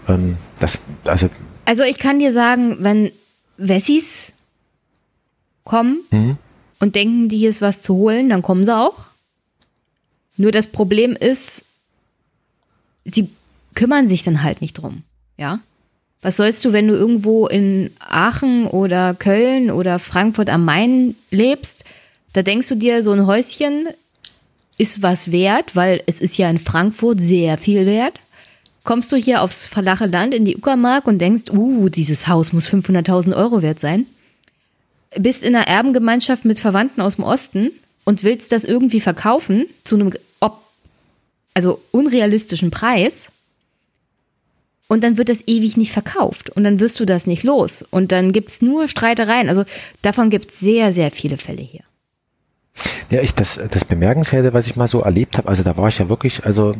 also ich kann dir sagen, wenn Wessis kommen und denken, die hier ist was zu holen, dann kommen sie auch. Nur das Problem ist, sie kümmern sich dann halt nicht drum, ja? Was sollst du, wenn du irgendwo in Aachen oder Köln oder Frankfurt am Main lebst? Da denkst du dir, so ein Häuschen ist was wert, weil es ist ja in Frankfurt sehr viel wert. Kommst du hier aufs flache Land in die Uckermark und denkst, dieses Haus muss 500.000 € wert sein. Bist in einer Erbengemeinschaft mit Verwandten aus dem Osten und willst das irgendwie verkaufen zu einem unrealistischen Preis. Und dann wird das ewig nicht verkauft und dann wirst du das nicht los. Und dann gibt es nur Streitereien. Also davon gibt es sehr, sehr viele Fälle hier. Ja, das Bemerkenswerte, was ich mal so erlebt habe, also da war ich ja wirklich, also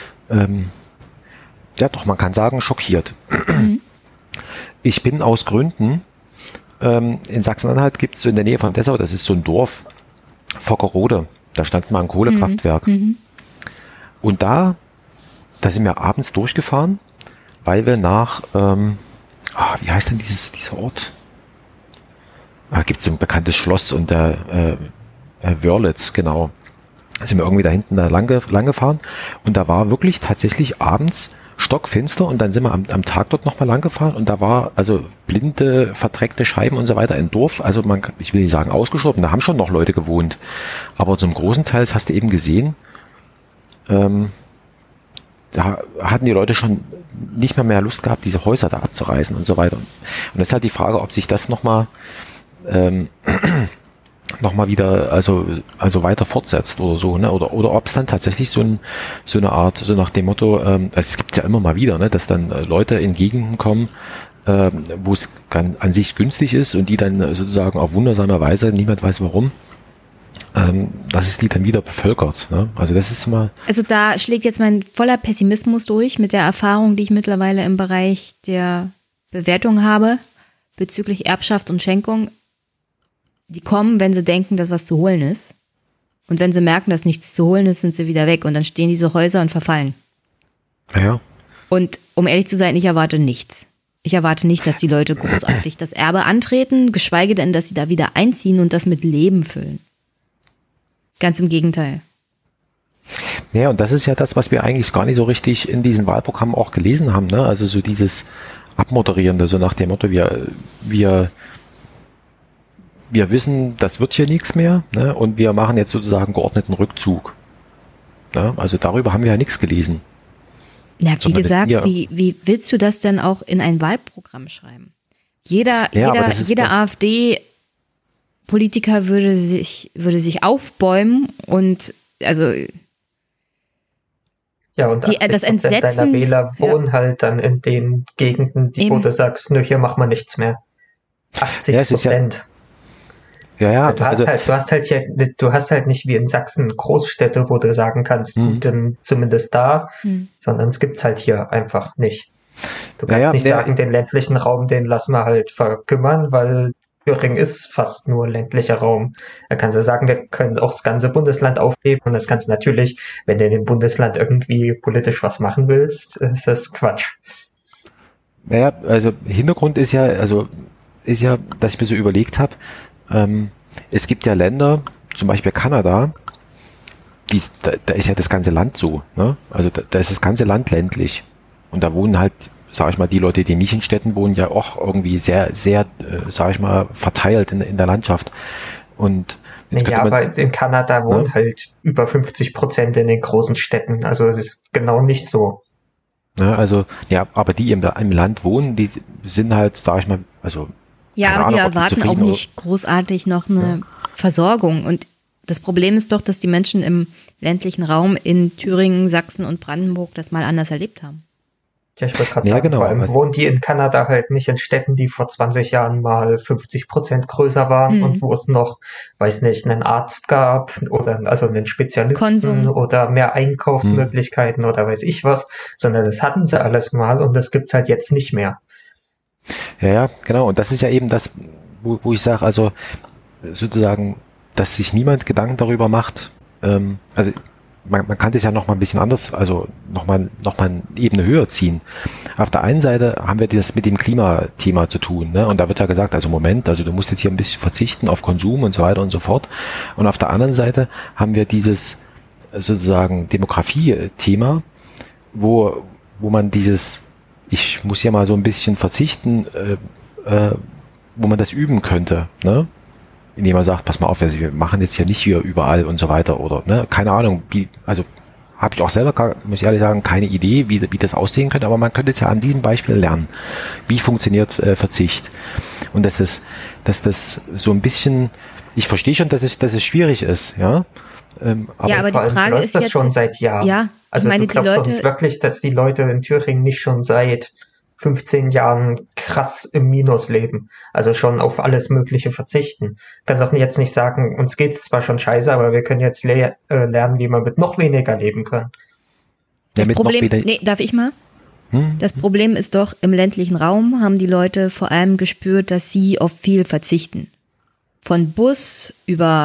man kann sagen, schockiert. Ich bin aus Gründen, in Sachsen-Anhalt gibt es so in der Nähe von Dessau, das ist so ein Dorf, Vockerode, Da stand mal ein Kohlekraftwerk. Und da sind wir abends durchgefahren, weil wir nach, wie heißt denn dieser Ort? Gibt es so ein bekanntes Schloss und der Wörlitz, genau. Da sind wir irgendwie da hinten lang gefahren und da war wirklich tatsächlich abends stockfinster und dann sind wir am Tag dort nochmal lang gefahren und da war also blinde, verdreckte Scheiben und so weiter im Dorf, also ich will nicht sagen ausgestorben, da haben schon noch Leute gewohnt, aber zum großen Teil, das hast du eben gesehen, da hatten die Leute schon nicht mehr Lust gehabt, diese Häuser da abzureißen und so weiter. Und das ist halt die Frage, ob sich das nochmal wieder, also weiter fortsetzt oder so, ne? Oder ob es dann tatsächlich so eine Art, so nach dem Motto, es gibt ja immer mal wieder, ne, dass dann Leute in Gegenden kommen, wo es an sich günstig ist und die dann sozusagen auf wundersame Weise, niemand weiß warum, dass es die dann wieder bevölkert. Ne? Also das ist mal. Also da schlägt jetzt mein voller Pessimismus durch mit der Erfahrung, die ich mittlerweile im Bereich der Bewertung habe bezüglich Erbschaft und Schenkung. Die kommen, wenn sie denken, dass was zu holen ist. Und wenn sie merken, dass nichts zu holen ist, sind sie wieder weg. Und dann stehen diese Häuser und verfallen. Ja. Und um ehrlich zu sein, ich erwarte nichts. Ich erwarte nicht, dass die Leute großartig das Erbe antreten, geschweige denn, dass sie da wieder einziehen und das mit Leben füllen. Ganz im Gegenteil. Ja, und das ist ja das, was wir eigentlich gar nicht so richtig in diesen Wahlprogrammen auch gelesen haben. Ne? Also so dieses Abmoderierende, so nach dem Motto, wir wissen, das wird hier nichts mehr, ne? Und wir machen jetzt sozusagen geordneten Rückzug. Ne? Also darüber haben wir ja nichts gelesen. Ja, wie gesagt, wie willst du das denn auch in ein Wahlprogramm schreiben? Jeder AfD-Politiker würde sich aufbäumen und also ja, und das Entsetzen deiner Wähler wohnen halt dann in den Gegenden, wo du sagst, nö, hier machen wir nichts mehr. 80%. Ja, du hast halt nicht wie in Sachsen Großstädte, wo du sagen kannst, du denn zumindest da, sondern es gibt's halt hier einfach nicht. Du kannst nicht sagen, den ländlichen Raum, den lassen wir halt verkümmern, weil Thüringen ist fast nur ländlicher Raum. Da kannst du sagen, wir können auch das ganze Bundesland aufgeben und das kannst du natürlich, wenn du in dem Bundesland irgendwie politisch was machen willst, ist das Quatsch. Naja, also Hintergrund ist ja, dass ich mir so überlegt habe, es gibt ja Länder, zum Beispiel Kanada, da ist ja das ganze Land so, ne? Also da ist das ganze Land ländlich. Und da wohnen halt, sag ich mal, die Leute, die nicht in Städten wohnen, ja auch irgendwie sehr, sehr, sag ich mal, verteilt in der Landschaft. Und ja, aber in Kanada wohnen halt über 50% in den großen Städten. Also es ist genau nicht so. Ja, also, ja, aber die im Land wohnen, die sind halt, sag ich mal, also ja, aber die erwarten auch nicht großartig noch eine Versorgung. Und das Problem ist doch, dass die Menschen im ländlichen Raum in Thüringen, Sachsen und Brandenburg das mal anders erlebt haben. Ja, ich wollte gerade sagen, genau. Vor allem wohnen die in Kanada halt nicht in Städten, die vor 20 Jahren mal 50% größer waren und wo es noch, weiß nicht, einen Arzt gab oder also einen Spezialisten Konsum. Oder mehr Einkaufsmöglichkeiten oder weiß ich was, sondern das hatten sie alles mal und das gibt's halt jetzt nicht mehr. Ja, genau. Und das ist ja eben das, wo ich sage, also sozusagen, dass sich niemand Gedanken darüber macht. Also man kann das ja noch mal ein bisschen anders, also noch mal eine Ebene höher ziehen. Auf der einen Seite haben wir das mit dem Klimathema zu tun, ne? Und da wird ja gesagt, also Moment, also du musst jetzt hier ein bisschen verzichten auf Konsum und so weiter und so fort. Und auf der anderen Seite haben wir dieses sozusagen Demografie-Thema, wo man dieses ich muss hier mal so ein bisschen verzichten, wo man das üben könnte, ne? Indem man sagt, pass mal auf, wir machen jetzt hier nicht hier überall und so weiter oder, ne? Keine Ahnung, also habe ich auch selber, muss ich ehrlich sagen, keine Idee, wie das aussehen könnte, aber man könnte es ja an diesem Beispiel lernen. Wie funktioniert Verzicht? Und dass das so ein bisschen, ich verstehe schon, dass es schwierig ist, ja? Aber die Frage ist das jetzt schon seit Jahren. Ja, also ich meine, du glaubst doch nicht wirklich, dass die Leute in Thüringen nicht schon seit 15 Jahren krass im Minus leben. Also schon auf alles Mögliche verzichten. Du kannst auch jetzt nicht sagen, uns geht's zwar schon scheiße, aber wir können jetzt lernen, wie wir mit noch weniger leben können. Das Problem, darf ich mal? Das Problem ist doch, im ländlichen Raum haben die Leute vor allem gespürt, dass sie auf viel verzichten. Von Bus über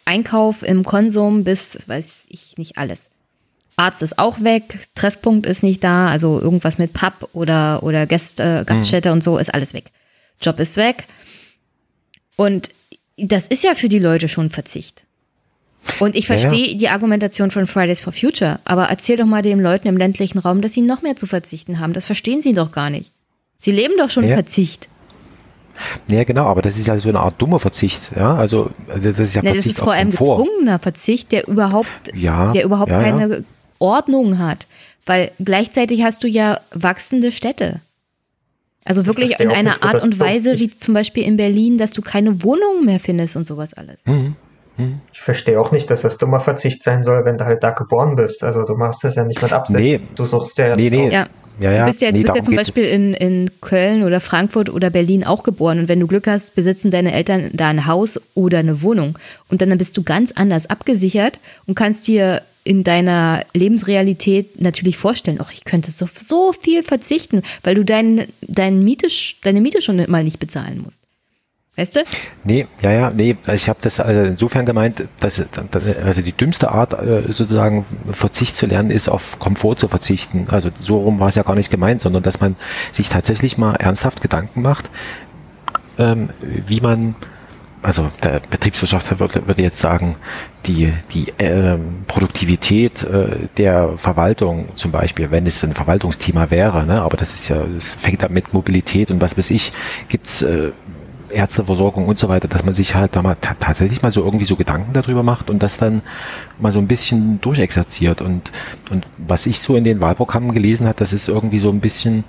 Einkauf im Konsum bis, weiß ich nicht, alles. Arzt ist auch weg, Treffpunkt ist nicht da, also irgendwas mit Pub oder Gaststätte und so ist alles weg. Job ist weg. Und das ist ja für die Leute schon Verzicht. Und ich verstehe die Argumentation von Fridays for Future, aber erzähl doch mal den Leuten im ländlichen Raum, dass sie noch mehr zu verzichten haben. Das verstehen sie doch gar nicht. Sie leben doch schon Verzicht. Ja, genau, aber das ist ja so eine Art dummer Verzicht. Ja, also das ist ja Verzicht. Das ist vor allem gezwungener Verzicht, der überhaupt keine Ordnung hat. Weil gleichzeitig hast du ja wachsende Städte. Also wirklich in einer Art und Weise, wie zum Beispiel in Berlin, dass du keine Wohnungen mehr findest und sowas alles. Ich verstehe auch nicht, dass das dummer Verzicht sein soll, wenn du halt da geboren bist. Also du machst das ja nicht mit Absicht. Nee. Du suchst ja. Du bist ja zum Beispiel in Köln oder Frankfurt oder Berlin auch geboren. Und wenn du Glück hast, besitzen deine Eltern da ein Haus oder eine Wohnung. Und dann bist du ganz anders abgesichert und kannst dir in deiner Lebensrealität natürlich vorstellen, ich könnte so viel verzichten, weil du deine Miete schon mal nicht bezahlen musst. Weißt du? Nee. Ich habe das insofern gemeint, dass also die dümmste Art, sozusagen Verzicht zu lernen, ist auf Komfort zu verzichten. Also so rum war es ja gar nicht gemeint, sondern dass man sich tatsächlich mal ernsthaft Gedanken macht, wie man, also der Betriebswirtschaftler würde jetzt sagen, die Produktivität der Verwaltung zum Beispiel, wenn es ein Verwaltungsthema wäre, ne, aber das fängt an mit Mobilität und was weiß ich, gibt's Ärzteversorgung und so weiter, dass man sich halt da mal tatsächlich mal so irgendwie so Gedanken darüber macht und das dann mal so ein bisschen durchexerziert und was ich so in den Wahlprogrammen gelesen habe, das ist irgendwie so ein bisschen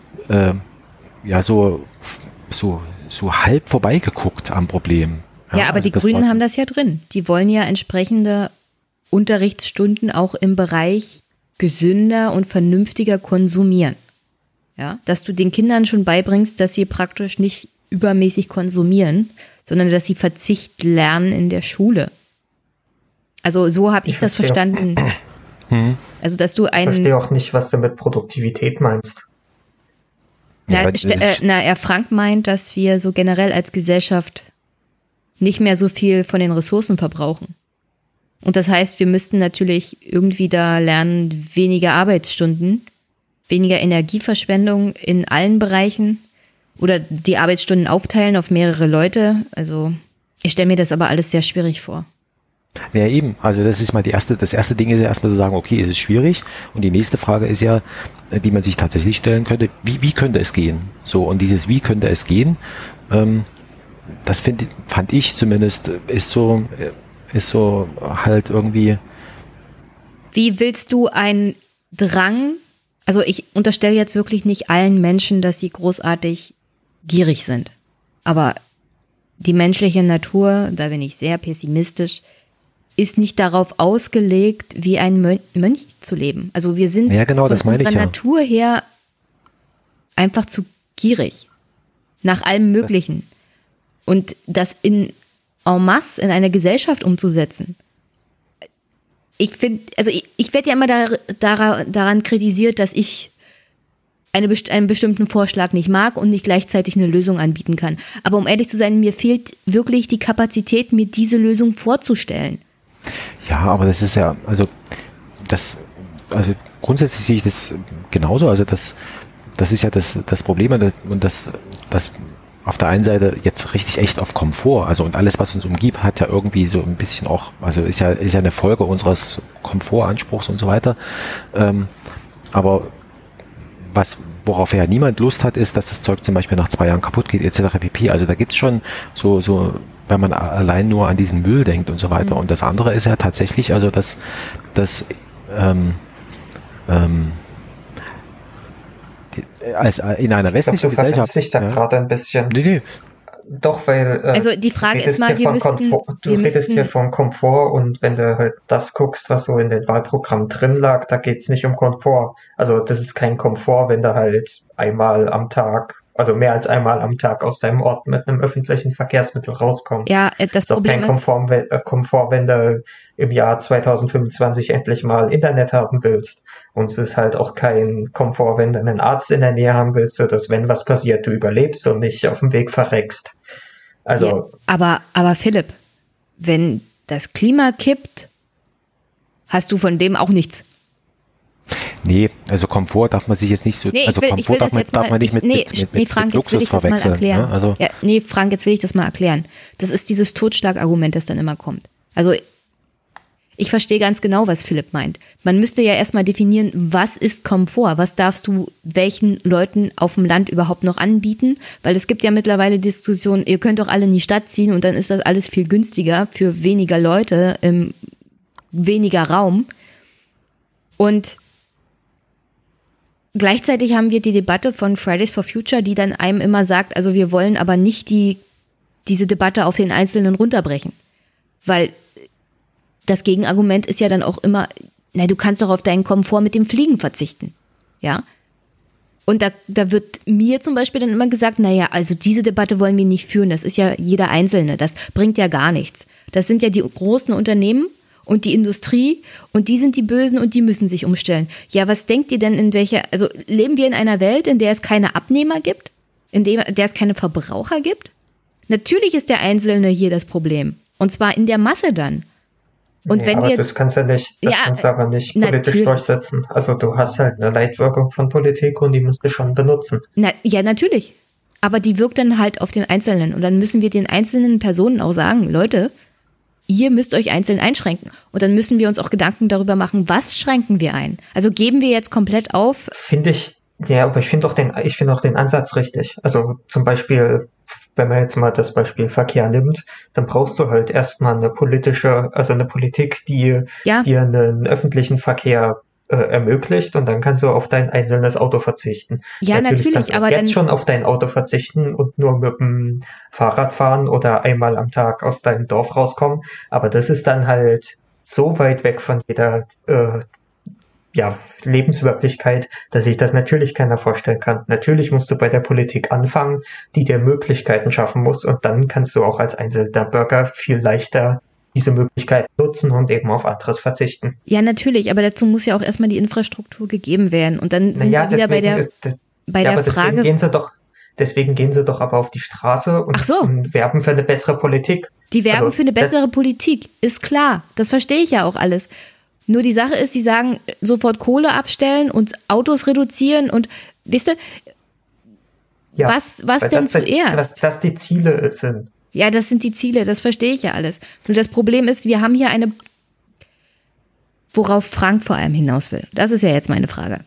so halb vorbeigeguckt am Problem. Ja, aber also die Grünen haben das ja drin. Die wollen ja entsprechende Unterrichtsstunden auch im Bereich gesünder und vernünftiger konsumieren. Ja, dass du den Kindern schon beibringst, dass sie praktisch nicht übermäßig konsumieren, sondern dass sie Verzicht lernen in der Schule. Also so habe ich das verstanden. Also dass du Ich verstehe auch nicht, was du mit Produktivität meinst. Frank meint, dass wir so generell als Gesellschaft nicht mehr so viel von den Ressourcen verbrauchen. Und das heißt, wir müssten natürlich irgendwie da lernen, weniger Arbeitsstunden, weniger Energieverschwendung in allen Bereichen oder die Arbeitsstunden aufteilen auf mehrere Leute. Also ich stelle mir das aber alles sehr schwierig vor. Ja, eben. Also das ist mal das erste Ding ist ja erstmal zu sagen, okay, es ist schwierig. Und die nächste Frage ist ja, die man sich tatsächlich stellen könnte, wie könnte es gehen? So, und dieses wie könnte es gehen, das fand ich zumindest, ist so halt irgendwie. Wie willst du einen Drang, also ich unterstelle jetzt wirklich nicht allen Menschen, dass sie großartig gierig sind. Aber die menschliche Natur, da bin ich sehr pessimistisch, ist nicht darauf ausgelegt, wie ein Mönch zu leben. Also wir sind von unserer Natur her einfach zu gierig nach allem Möglichen. Und das en masse in einer Gesellschaft umzusetzen. Ich finde, also ich werde ja immer daran kritisiert, dass ich einen bestimmten Vorschlag nicht mag und nicht gleichzeitig eine Lösung anbieten kann. Aber um ehrlich zu sein, mir fehlt wirklich die Kapazität, mir diese Lösung vorzustellen. Ja, aber das ist ja, also grundsätzlich sehe ich das genauso. Also das ist ja das Problem und das auf der einen Seite jetzt richtig echt auf Komfort, also und alles, was uns umgibt, hat ja irgendwie so ein bisschen auch, also ist ja eine Folge unseres Komfortanspruchs und so weiter. Aber worauf ja niemand Lust hat, ist, dass das Zeug zum Beispiel nach 2 Jahren kaputt geht, etc. pp. Also da gibt's schon so, wenn man allein nur an diesen Müll denkt und so weiter. Und das andere ist ja tatsächlich, also als in einer westlichen Gesellschaft. Ich da gerade ein bisschen. Nee. Doch, weil. Also die Frage ist mal, du redest hier von Komfort und wenn du halt das guckst, was so in den Wahlprogrammen drin lag, da geht's nicht um Komfort. Also das ist kein Komfort, wenn du halt einmal am Tag, also mehr als einmal am Tag aus deinem Ort mit einem öffentlichen Verkehrsmittel rauskommst. Ja, das Problem ist auch kein Komfort, wenn du im Jahr 2025 endlich mal Internet haben willst. Und es ist halt auch kein Komfort, wenn du einen Arzt in der Nähe haben willst, sodass, wenn was passiert, du überlebst und nicht auf dem Weg verreckst. Also. Ja, aber Philipp, wenn das Klima kippt, hast du von dem auch nichts. Nee, also Komfort darf man sich jetzt nicht so, Komfort darf man nicht mit Frank, Luxus jetzt will ich das mal erklären. Ne? Also, ja, Frank, jetzt will ich das mal erklären. Das ist dieses Totschlagargument, das dann immer kommt. Also ich verstehe ganz genau, was Philipp meint. Man müsste ja erstmal definieren, was ist Komfort? Was darfst du welchen Leuten auf dem Land überhaupt noch anbieten? Weil es gibt ja mittlerweile Diskussionen, ihr könnt doch alle in die Stadt ziehen und dann ist das alles viel günstiger für weniger Leute im weniger Raum. Und gleichzeitig haben wir die Debatte von Fridays for Future, die dann einem immer sagt, also wir wollen aber nicht diese Debatte auf den Einzelnen runterbrechen. Weil das Gegenargument ist ja dann auch immer, du kannst doch auf deinen Komfort mit dem Fliegen verzichten. Ja? Und da wird mir zum Beispiel dann immer gesagt, also diese Debatte wollen wir nicht führen, das ist ja jeder Einzelne, das bringt ja gar nichts. Das sind ja die großen Unternehmen und die Industrie und die sind die Bösen und die müssen sich umstellen. Ja, was denkt ihr denn also leben wir in einer Welt, in der es keine Abnehmer gibt? In der es keine Verbraucher gibt? Natürlich ist der Einzelne hier das Problem. Und zwar in der Masse dann. Und wenn aber das kannst du aber nicht politisch durchsetzen. Also du hast halt eine Leitwirkung von Politik und die musst du schon benutzen. Ja, natürlich. Aber die wirkt dann halt auf den Einzelnen. Und dann müssen wir den einzelnen Personen auch sagen, Leute, ihr müsst euch einzeln einschränken. Und dann müssen wir uns auch Gedanken darüber machen, was schränken wir ein? Also geben wir jetzt komplett auf? Finde ich, ja, aber ich finde auch den Ansatz richtig. Also zum Beispiel, wenn man jetzt mal das Beispiel Verkehr nimmt, dann brauchst du halt erstmal eine Politik, die dir einen öffentlichen Verkehr ermöglicht und dann kannst du auf dein einzelnes Auto verzichten. Ja, natürlich kannst du aber jetzt schon auf dein Auto verzichten und nur mit dem Fahrrad fahren oder einmal am Tag aus deinem Dorf rauskommen, aber das ist dann halt so weit weg von jeder Lebenswirklichkeit, dass sich das natürlich keiner vorstellen kann. Natürlich musst du bei der Politik anfangen, die dir Möglichkeiten schaffen muss und dann kannst du auch als einzelner Bürger viel leichter diese Möglichkeit nutzen und eben auf anderes verzichten. Ja, natürlich, aber dazu muss ja auch erstmal die Infrastruktur gegeben werden und dann sind wir wieder bei der Frage... Deswegen gehen sie doch aber auf die Straße und werben für eine bessere Politik. Die werben für eine bessere Politik, ist klar. Das verstehe ich ja auch alles. Nur die Sache ist, sie sagen, sofort Kohle abstellen und Autos reduzieren und, weißt du, was denn zuerst? Dass die Ziele sind. Ja, das sind die Ziele, das verstehe ich ja alles. Nur das Problem ist, wir haben hier worauf Frank vor allem hinaus will. Das ist ja jetzt meine Frage.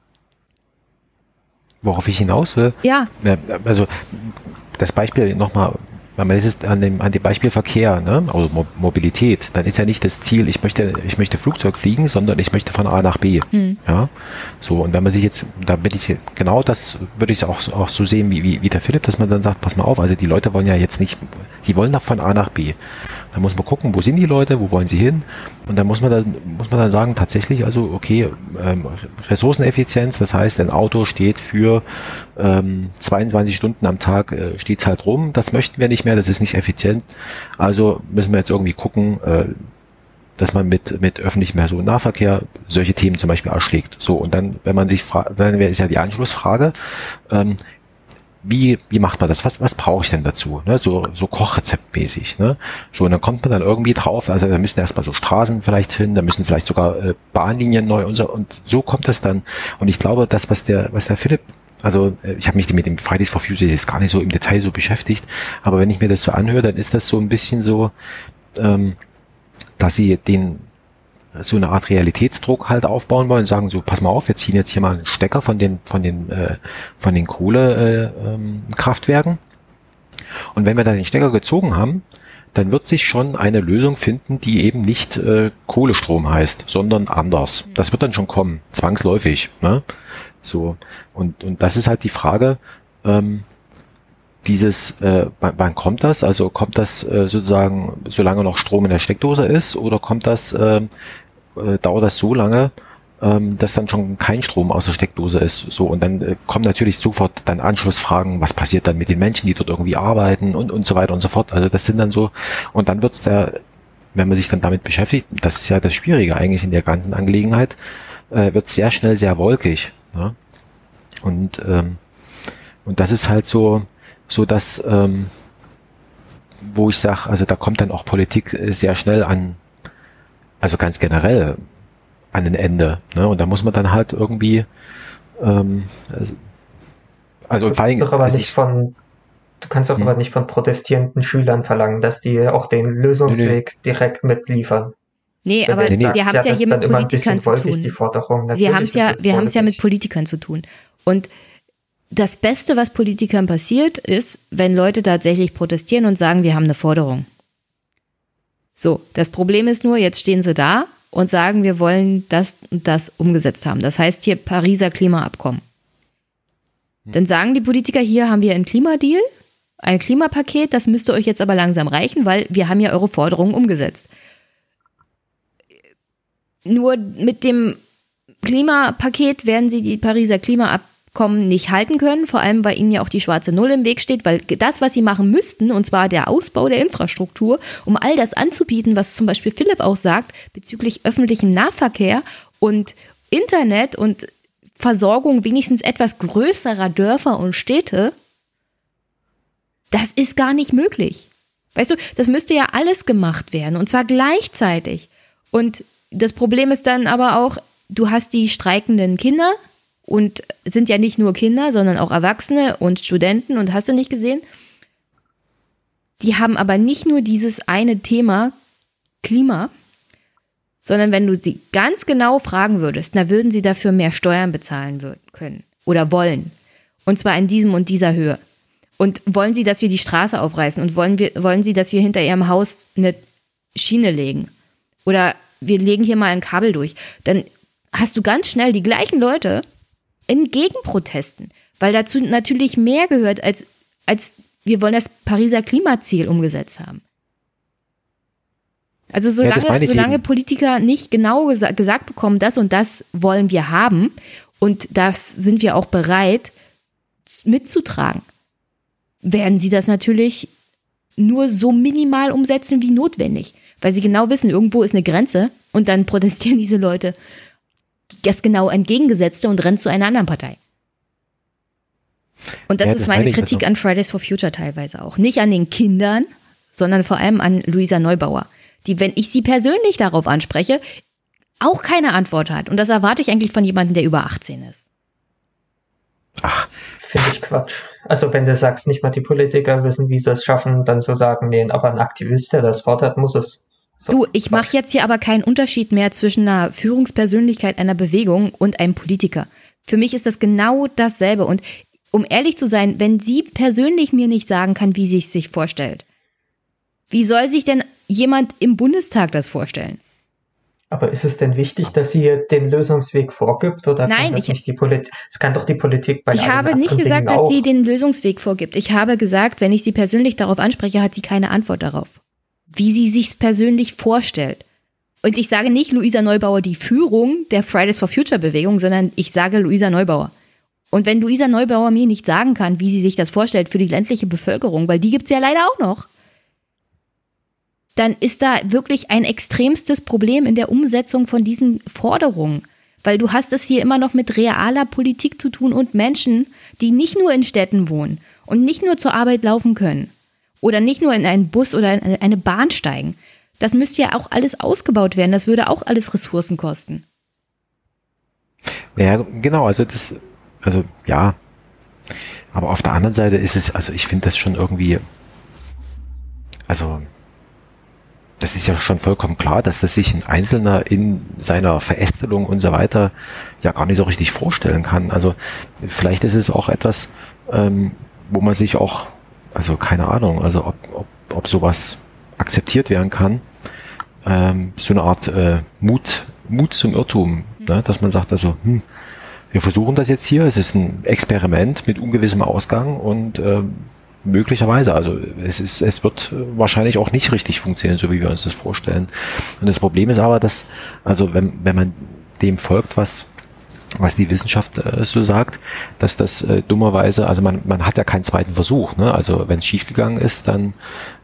Worauf ich hinaus will? Ja. Also, das Beispiel nochmal, wenn man jetzt an dem Beispiel Verkehr, ne, also Mobilität, dann ist ja nicht das Ziel, ich möchte Flugzeug fliegen, sondern ich möchte von A nach B. Ja, so, und wenn man sich jetzt, das würde ich auch so sehen wie der Philipp, dass man dann sagt, pass mal auf, also die Leute wollen ja jetzt nicht, die wollen von A nach B. Dann muss man gucken, wo sind die Leute, wo wollen sie hin? Und dann muss man dann sagen, tatsächlich, also okay, Ressourceneffizienz, das heißt, ein Auto steht für 22 Stunden am Tag, steht's halt rum, das möchten wir nicht mehr, das ist nicht effizient. Also müssen wir jetzt irgendwie gucken, dass man mit öffentlichem Personennahverkehr solche Themen zum Beispiel erschlägt. So, und dann, wenn man sich fragt, dann ist ja die Anschlussfrage, wie macht man das? Was brauche ich denn dazu? Ne? So kochrezeptmäßig. Ne? So, und dann kommt man dann irgendwie drauf, also da müssen erstmal so Straßen vielleicht hin, da müssen vielleicht sogar Bahnlinien neu und so kommt das dann. Und ich glaube, das, was der Philipp, also ich habe mich mit dem Fridays for Future jetzt gar nicht so im Detail so beschäftigt, aber wenn ich mir das so anhöre, dann ist das so ein bisschen so, dass sie so eine Art Realitätsdruck halt aufbauen wollen und sagen so, pass mal auf, wir ziehen jetzt hier mal einen Stecker von den Kohlekraftwerken. Und wenn wir da den Stecker gezogen haben, dann wird sich schon eine Lösung finden, die eben nicht Kohlestrom heißt, sondern anders. Das wird dann schon kommen, zwangsläufig. Ne? So, und das ist halt die Frage, wann kommt das? Also kommt das sozusagen, solange noch Strom in der Steckdose ist, oder kommt das, dauert das so lange, dass dann schon kein Strom aus der Steckdose ist? So, und dann kommen natürlich sofort dann Anschlussfragen, was passiert dann mit den Menschen, die dort irgendwie arbeiten und so weiter und so fort. Also das sind dann so, und dann wird's wenn man sich dann damit beschäftigt, das ist ja das Schwierige eigentlich in der ganzen Angelegenheit, wird sehr schnell sehr wolkig. Ne? Und das ist halt so dass wo ich sage, also da kommt dann auch Politik sehr schnell an, also ganz generell an ein Ende. Ne? Und da muss man dann halt irgendwie, also vor allem, du kannst auch aber nicht von protestierenden Schülern verlangen, dass die auch den Lösungsweg direkt mitliefern. Nee, aber wir haben es ja hier mit Politikern zu tun. Wir haben es ja mit Politikern zu tun. Und das Beste, was Politikern passiert, ist, wenn Leute tatsächlich protestieren und sagen, wir haben eine Forderung. So, das Problem ist nur, jetzt stehen sie da und sagen, wir wollen das und das umgesetzt haben. Das heißt hier Pariser Klimaabkommen. Dann sagen die Politiker, hier haben wir einen Klimadeal, ein Klimapaket, das müsste euch jetzt aber langsam reichen, weil wir haben ja eure Forderungen umgesetzt. Nur mit dem Klimapaket werden sie die Pariser Klimaabkommen nicht halten können, vor allem, weil ihnen ja auch die schwarze Null im Weg steht, weil das, was sie machen müssten, und zwar der Ausbau der Infrastruktur, um all das anzubieten, was zum Beispiel Philipp auch sagt, bezüglich öffentlichem Nahverkehr und Internet und Versorgung wenigstens etwas größerer Dörfer und Städte, das ist gar nicht möglich. Weißt du, das müsste ja alles gemacht werden und zwar gleichzeitig. Und das Problem ist dann aber auch, du hast die streikenden Kinder und sind ja nicht nur Kinder, sondern auch Erwachsene und Studenten und hast du nicht gesehen? Die haben aber nicht nur dieses eine Thema Klima, sondern wenn du sie ganz genau fragen würdest, dann würden sie dafür mehr Steuern bezahlen können oder wollen. Und zwar in diesem und dieser Höhe. Und wollen sie, dass wir die Straße aufreißen und wollen sie, dass wir hinter ihrem Haus eine Schiene legen? Oder wir legen hier mal ein Kabel durch. Dann hast du ganz schnell die gleichen Leute in Gegenprotesten, weil dazu natürlich mehr gehört, als wir wollen das Pariser Klimaziel umgesetzt haben. Also solange Politiker nicht genau gesagt bekommen, das und das wollen wir haben und das sind wir auch bereit mitzutragen, werden sie das natürlich nur so minimal umsetzen wie notwendig, weil sie genau wissen, irgendwo ist eine Grenze und dann protestieren diese Leute das genau entgegengesetzte und rennen zu einer anderen Partei. Und das ist meine Kritik an Fridays for Future teilweise auch. Nicht an den Kindern, sondern vor allem an Luisa Neubauer, die, wenn ich sie persönlich darauf anspreche, auch keine Antwort hat. Und das erwarte ich eigentlich von jemandem, der über 18 ist. Ach, finde ich Quatsch. Also wenn du sagst, nicht mal die Politiker wissen, wie sie es schaffen, dann zu sagen, nee, aber ein Aktivist, der das fordert, muss es. So, du, ich mache jetzt hier aber keinen Unterschied mehr zwischen einer Führungspersönlichkeit einer Bewegung und einem Politiker. Für mich ist das genau dasselbe. Und um ehrlich zu sein, wenn sie persönlich mir nicht sagen kann, wie sie es sich vorstellt, wie soll sich denn jemand im Bundestag das vorstellen? Aber ist es denn wichtig, dass sie den Lösungsweg vorgibt? Oder Nein, es kann doch die Politik bei Ich habe nicht gesagt, dass sie den Lösungsweg vorgibt. Ich habe gesagt, wenn ich sie persönlich darauf anspreche, hat sie keine Antwort darauf. Wie sie sich persönlich vorstellt. Und ich sage nicht Luisa Neubauer die Führung der Fridays for Future Bewegung, sondern ich sage Luisa Neubauer. Und wenn Luisa Neubauer mir nicht sagen kann, wie sie sich das vorstellt für die ländliche Bevölkerung, weil die gibt es ja leider auch noch, dann ist da wirklich ein extremstes Problem in der Umsetzung von diesen Forderungen. Weil du hast es hier immer noch mit realer Politik zu tun und Menschen, die nicht nur in Städten wohnen und nicht nur zur Arbeit laufen können oder nicht nur in einen Bus oder in eine Bahn steigen. Das müsste ja auch alles ausgebaut werden. Das würde auch alles Ressourcen kosten. Ja, genau. Ja. Aber auf der anderen Seite ist es, also ich finde das schon irgendwie, also das ist ja schon vollkommen klar, dass das sich ein Einzelner in seiner Verästelung und so weiter ja gar nicht so richtig vorstellen kann. Also vielleicht ist es auch etwas, wo man sich auch, also keine Ahnung, also ob sowas akzeptiert werden kann, so eine Art Mut zum Irrtum, ne? Dass man sagt, also wir versuchen das jetzt hier, es ist ein Experiment mit ungewissem Ausgang und möglicherweise, also es wird wahrscheinlich auch nicht richtig funktionieren, so wie wir uns das vorstellen. Und das Problem ist aber, dass, also wenn man dem folgt, was die Wissenschaft so sagt, dass das dummerweise, also man hat ja keinen zweiten Versuch, ne? Also wenn es schiefgegangen ist, dann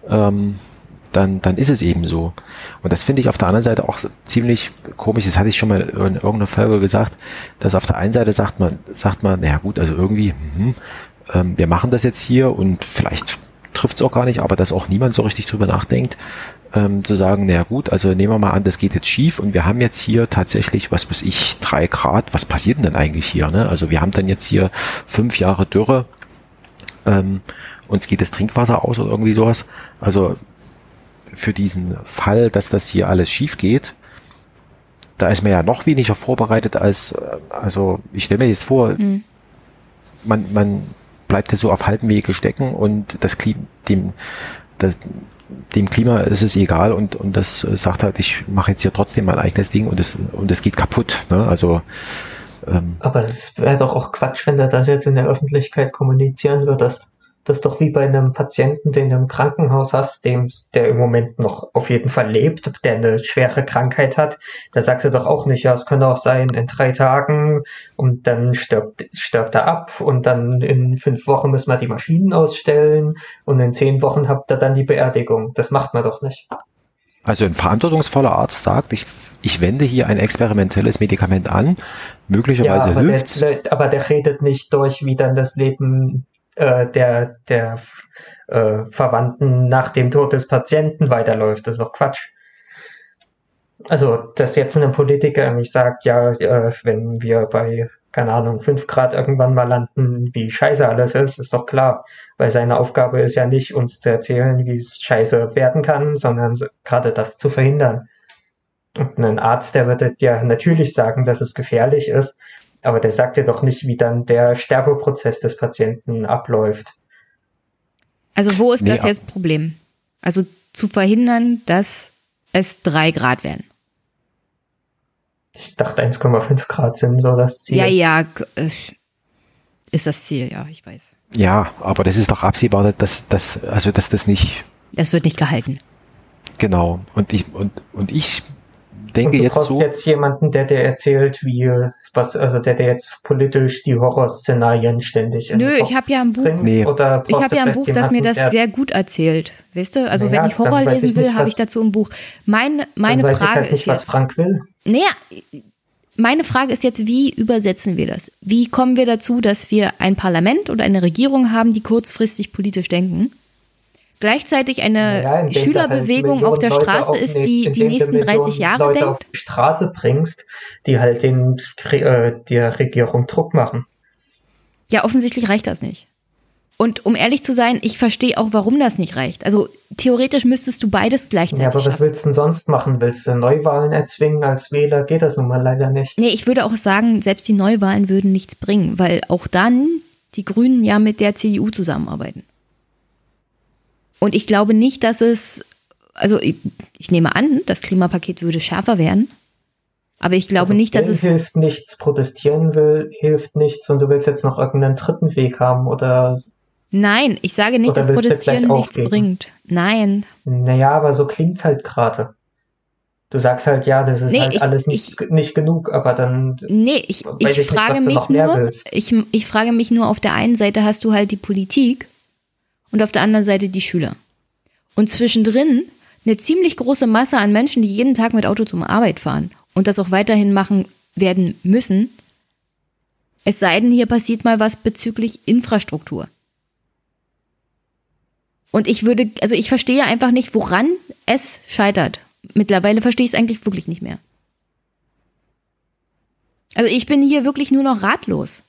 ist es eben so. Und das finde ich auf der anderen Seite auch ziemlich komisch. Das hatte ich schon mal in irgendeiner Folge gesagt, dass auf der einen Seite sagt man, naja gut, also irgendwie, wir machen das jetzt hier und vielleicht trifft es auch gar nicht, aber dass auch niemand so richtig drüber nachdenkt, zu sagen, naja gut, also nehmen wir mal an, das geht jetzt schief und wir haben jetzt hier tatsächlich, was weiß ich, 3 Grad, was passiert denn eigentlich hier? Ne? Also wir haben dann jetzt hier 5 Jahre Dürre, uns geht das Trinkwasser aus oder irgendwie sowas. Also für diesen Fall, dass das hier alles schief geht, da ist man ja noch weniger vorbereitet als, also ich stelle mir jetzt vor, man bleibt ja so auf halbem Wege stecken und dem Klima ist es egal und das sagt halt, ich mache jetzt hier trotzdem mein eigenes Ding und es geht kaputt. Ne? Also aber es wäre doch auch Quatsch, wenn du das jetzt in der Öffentlichkeit kommunizieren würdest. Das ist doch wie bei einem Patienten, den du im Krankenhaus hast, der im Moment noch auf jeden Fall lebt, der eine schwere Krankheit hat. Da sagst du doch auch nicht, ja, es könnte auch sein, in 3 Tagen und dann stirbt er ab und dann in 5 Wochen müssen wir die Maschinen ausstellen und in 10 Wochen habt ihr dann die Beerdigung. Das macht man doch nicht. Also ein verantwortungsvoller Arzt sagt, ich wende hier ein experimentelles Medikament an, möglicherweise hilft's. Aber der redet nicht durch, wie dann das Leben der Verwandten nach dem Tod des Patienten weiterläuft. Das ist doch Quatsch. Also, dass jetzt ein Politiker nicht sagt, ja, wenn wir bei, keine Ahnung, 5 Grad irgendwann mal landen, wie scheiße alles ist doch klar. Weil seine Aufgabe ist ja nicht, uns zu erzählen, wie es scheiße werden kann, sondern gerade das zu verhindern. Und ein Arzt, der würde ja natürlich sagen, dass es gefährlich ist, aber der sagt dir doch nicht, wie dann der Sterbeprozess des Patienten abläuft. Also wo ist das jetzt Problem? Also zu verhindern, dass es 3 Grad werden. Ich dachte 1,5 Grad sind so das Ziel. Ja, ist das Ziel, ja, ich weiß. Ja, aber das ist doch absehbar, dass das nicht... Das wird nicht gehalten. Genau. Und ich denke und jetzt so... Du brauchst jetzt jemanden, der dir erzählt, der jetzt politisch die Horrorszenarien ständig Nö, ich habe ja ein Buch. Ich habe ja ein Buch, das mir das sehr gut erzählt. Weißt du? Also wenn ich Horror lesen will, habe ich dazu ein Buch. Meine Frage ist jetzt, was Frank will. Naja, meine Frage ist jetzt, wie übersetzen wir das? Wie kommen wir dazu, dass wir ein Parlament oder eine Regierung haben, die kurzfristig politisch denken? Gleichzeitig eine Schülerbewegung auf der Straße ist, die nächsten 30 Jahre Leute denkt. Auf die Straße bringst, die halt der Regierung Druck machen. Ja, offensichtlich reicht das nicht. Und um ehrlich zu sein, ich verstehe auch, warum das nicht reicht. Also theoretisch müsstest du beides gleichzeitig aber was willst du denn sonst machen? Willst du Neuwahlen erzwingen als Wähler? Geht das nun mal leider nicht. Nee, ich würde auch sagen, selbst die Neuwahlen würden nichts bringen, weil auch dann die Grünen ja mit der CDU zusammenarbeiten. Und ich glaube nicht, dass also ich nehme an, das Klimapaket würde schärfer werden, aber ich glaube nicht, dass es... hilft nichts, protestieren hilft nichts und du willst jetzt noch irgendeinen dritten Weg haben oder... Nein, ich sage nicht, dass Protestieren nichts bringt. Nein. Naja, aber so klingt's halt gerade. Du sagst halt, ja, das ist alles nicht genug, aber dann... Nee, ich frage mich nur, auf der einen Seite hast du halt die Politik und auf der anderen Seite die Schüler. Und zwischendrin eine ziemlich große Masse an Menschen, die jeden Tag mit Auto zur Arbeit fahren und das auch weiterhin machen werden müssen. Es sei denn, hier passiert mal was bezüglich Infrastruktur. Und ich verstehe einfach nicht, woran es scheitert. Mittlerweile verstehe ich es eigentlich wirklich nicht mehr. Also ich bin hier wirklich nur noch ratlos.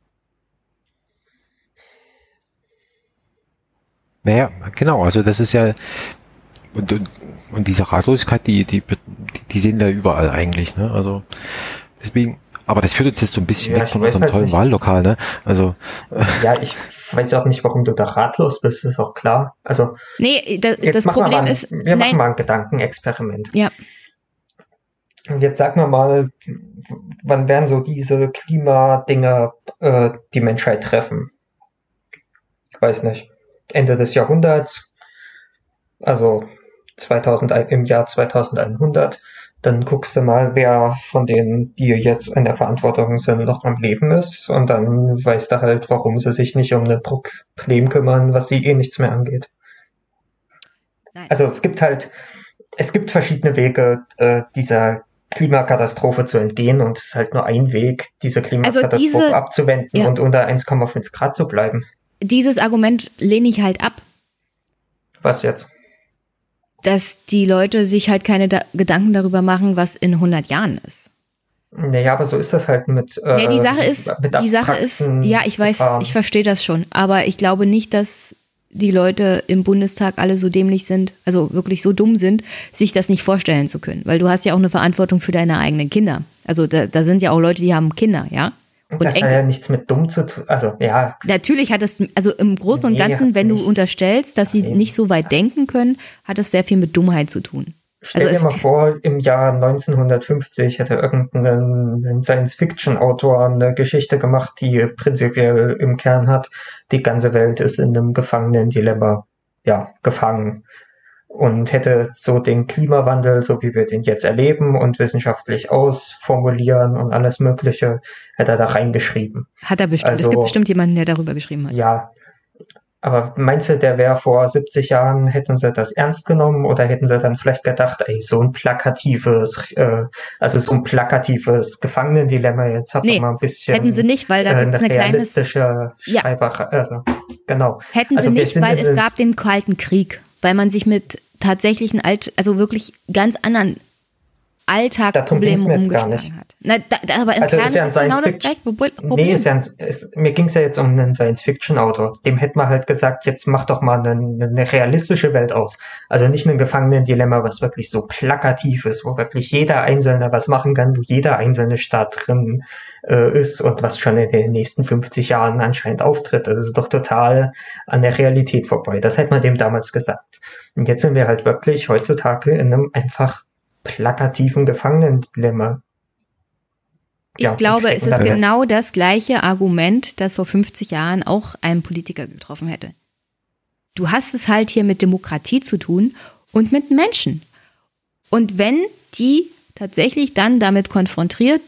Naja, genau, also das ist ja, und diese Ratlosigkeit, die sehen wir überall eigentlich, ne, also deswegen, aber das führt uns jetzt so ein bisschen weg von unserem tollen Wahllokal, ne, also. Ja, ich weiß auch nicht, warum du da ratlos bist, ist auch klar, also. Nee, das Problem ist, wir machen mal ein Gedankenexperiment. Ja. Und jetzt sagen wir mal, wann werden so diese Klimadinger die Menschheit treffen? Ich weiß nicht. Ende des Jahrhunderts, also im Jahr 2100, dann guckst du mal, wer von denen, die jetzt in der Verantwortung sind, noch am Leben ist und dann weißt du halt, warum sie sich nicht um ein Problem kümmern, was sie nichts mehr angeht. Nein. Also es gibt verschiedene Wege, dieser Klimakatastrophe zu entgehen und es ist halt nur ein Weg, diese Klimakatastrophe abzuwenden und unter 1,5 Grad zu bleiben. Dieses Argument lehne ich halt ab, Was jetzt? Dass die Leute sich halt keine Gedanken darüber machen, was in 100 Jahren ist. Naja, aber so ist das halt mit ja, die Sache ist, ja, ich weiß, ich verstehe das schon, aber ich glaube nicht, dass die Leute im Bundestag alle so dämlich sind, also wirklich so dumm sind, sich das nicht vorstellen zu können. Weil du hast ja auch eine Verantwortung für deine eigenen Kinder. Also da sind ja auch Leute, die haben Kinder, ja? Und das hat ja nichts mit dumm zu tun. Also, ja. Natürlich hat es, also im Großen und Ganzen, wenn du unterstellst, dass sie nicht so weit denken können, hat es sehr viel mit Dummheit zu tun. Stell dir mal vor, im Jahr 1950 hätte irgendein Science-Fiction-Autor eine Geschichte gemacht, die prinzipiell im Kern hat, die ganze Welt ist in einem Gefangenen-Dilemma, ja, gefangen. Und hätte so den Klimawandel, so wie wir den jetzt erleben und wissenschaftlich ausformulieren und alles Mögliche, hätte er da reingeschrieben. Hat er bestimmt. Also, es gibt bestimmt jemanden, der darüber geschrieben hat. Ja. Aber meinst du, der wäre vor 70 Jahren, hätten sie das ernst genommen oder hätten sie dann vielleicht gedacht, ey, so ein plakatives Gefangenendilemma, jetzt hat doch mal ein bisschen hätten sie nicht, weil da gibt's eine realistische Schreiber, also genau. Hätten sie nicht, weil es gab den Kalten Krieg, weil man sich mit tatsächlichen also wirklich ganz anderen Alltagsproblemen umgeschlagen hat. Na, aber im also Kern ist ja ist genau das gleiche Problem. Nee, mir ging es ja jetzt um einen Science-Fiction-Autor. Dem hätte man halt gesagt, jetzt mach doch mal eine realistische Welt aus. Also nicht ein Gefangenen-Dilemma, was wirklich so plakativ ist, wo wirklich jeder Einzelne was machen kann, wo jeder einzelne Staat drin ist und was schon in den nächsten 50 Jahren anscheinend auftritt. Das ist doch total an der Realität vorbei. Das hätte man dem damals gesagt. Und jetzt sind wir halt wirklich heutzutage in einem einfach plakativen Gefangenen-Dilemma. Ich glaube, es ist genau das gleiche Argument, das vor 50 Jahren auch ein Politiker getroffen hätte. Du hast es halt hier mit Demokratie zu tun und mit Menschen. Und wenn die tatsächlich dann damit konfrontiert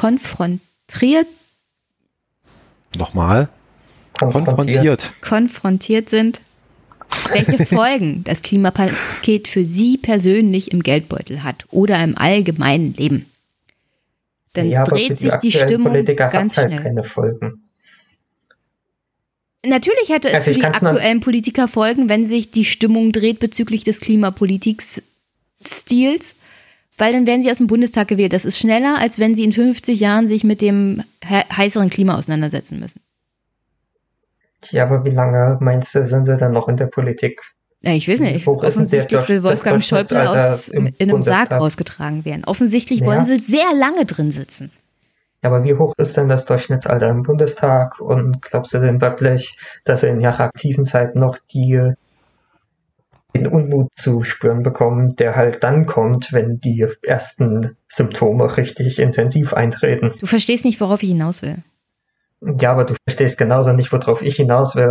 sind, welche Folgen das Klimapaket für sie persönlich im Geldbeutel hat oder im allgemeinen Leben. Dann dreht sich die Stimmung ganz schnell. Halt keine Folgen. Natürlich hätte es für die aktuellen Politiker Folgen, wenn sich die Stimmung dreht bezüglich des Klimapolitik-Stils, weil dann werden sie aus dem Bundestag gewählt. Das ist schneller, als wenn sie in 50 Jahren sich mit dem heißeren Klima auseinandersetzen müssen. Ja, aber wie lange meinst du, sind sie dann noch in der Politik? Ja, ich weiß nicht. Offensichtlich will Wolfgang Schäuble in einem Sarg rausgetragen werden. Offensichtlich wollen sie sehr lange drin sitzen. Ja, aber wie hoch ist denn das Durchschnittsalter im Bundestag? Und glaubst du denn wirklich, dass sie in ihrer aktiven Zeit noch den Unmut zu spüren bekommen, der halt dann kommt, wenn die ersten Symptome richtig intensiv eintreten? Du verstehst nicht, worauf ich hinaus will. Ja, aber du verstehst genauso nicht, worauf ich hinaus will.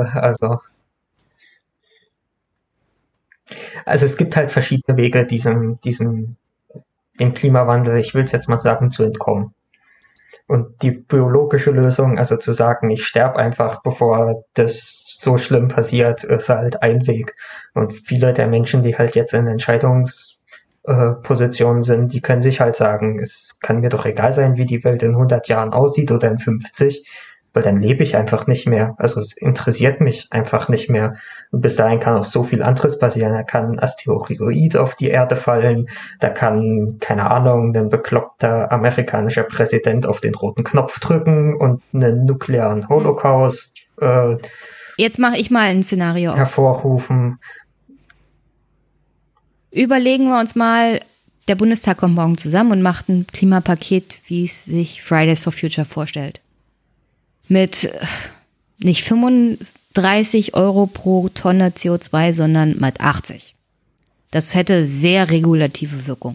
Also es gibt halt verschiedene Wege, dem Klimawandel, ich will es jetzt mal sagen, zu entkommen. Und die biologische Lösung, also zu sagen, ich sterbe einfach, bevor das so schlimm passiert, ist halt ein Weg. Und viele der Menschen, die halt jetzt in Entscheidungspositionen sind, die können sich halt sagen, es kann mir doch egal sein, wie die Welt in 100 Jahren aussieht oder in 50, weil dann lebe ich einfach nicht mehr. Also es interessiert mich einfach nicht mehr. Und bis dahin kann auch so viel anderes passieren. Da kann ein Asteroid auf die Erde fallen, da kann, keine Ahnung, ein bekloppter amerikanischer Präsident auf den roten Knopf drücken und einen nuklearen Holocaust jetzt mache ich mal ein Szenario hervorrufen. Überlegen wir uns mal, der Bundestag kommt morgen zusammen und macht ein Klimapaket, wie es sich Fridays for Future vorstellt. Mit nicht 35 € pro Tonne CO2, sondern mit 80. Das hätte sehr regulative Wirkung.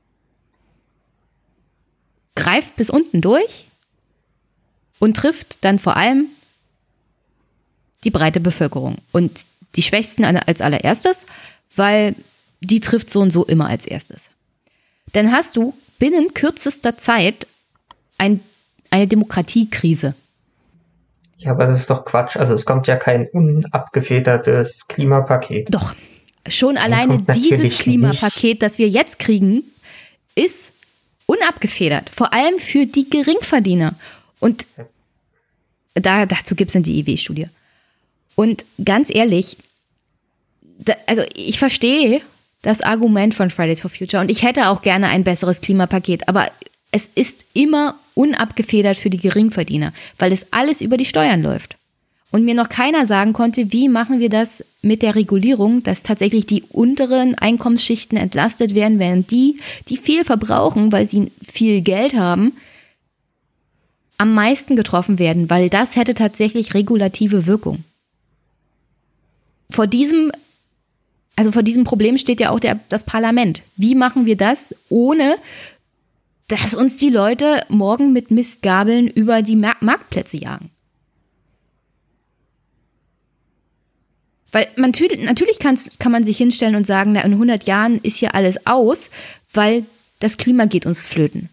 Greift bis unten durch und trifft dann vor allem die breite Bevölkerung. Und die Schwächsten als allererstes, weil die trifft so und so immer als erstes. Dann hast du binnen kürzester Zeit eine Demokratiekrise. Ja, aber das ist doch Quatsch. Also es kommt ja kein unabgefedertes Klimapaket. Doch, schon alleine dieses Klimapaket, das wir jetzt kriegen, ist unabgefedert. Vor allem für die Geringverdiener. Und dazu gibt es dann die IW-Studie. Und ganz ehrlich, also ich verstehe das Argument von Fridays for Future und ich hätte auch gerne ein besseres Klimapaket, aber es ist immer unabgefedert für die Geringverdiener, weil es alles über die Steuern läuft. Und mir noch keiner sagen konnte, wie machen wir das mit der Regulierung, dass tatsächlich die unteren Einkommensschichten entlastet werden, während die viel verbrauchen, weil sie viel Geld haben, am meisten getroffen werden, weil das hätte tatsächlich regulative Wirkung. Vor diesem Problem steht ja auch das Parlament. Wie machen wir das, ohne dass uns die Leute morgen mit Mistgabeln über die Marktplätze jagen? Weil natürlich kann man sich hinstellen und sagen, na, in 100 Jahren ist hier alles aus, weil das Klima geht uns flöten.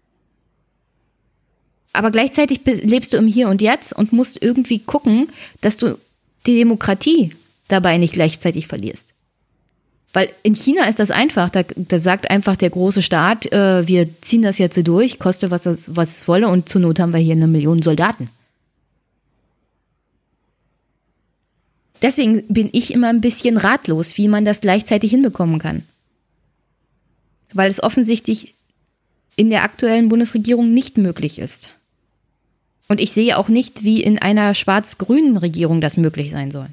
Aber gleichzeitig lebst du im Hier und Jetzt und musst irgendwie gucken, dass du die Demokratie dabei nicht gleichzeitig verlierst. Weil in China ist das einfach, da sagt einfach der große Staat, wir ziehen das jetzt so durch, koste was es wolle und zur Not haben wir hier 1 Million Soldaten. Deswegen bin ich immer ein bisschen ratlos, wie man das gleichzeitig hinbekommen kann. Weil es offensichtlich in der aktuellen Bundesregierung nicht möglich ist. Und ich sehe auch nicht, wie in einer schwarz-grünen Regierung das möglich sein soll.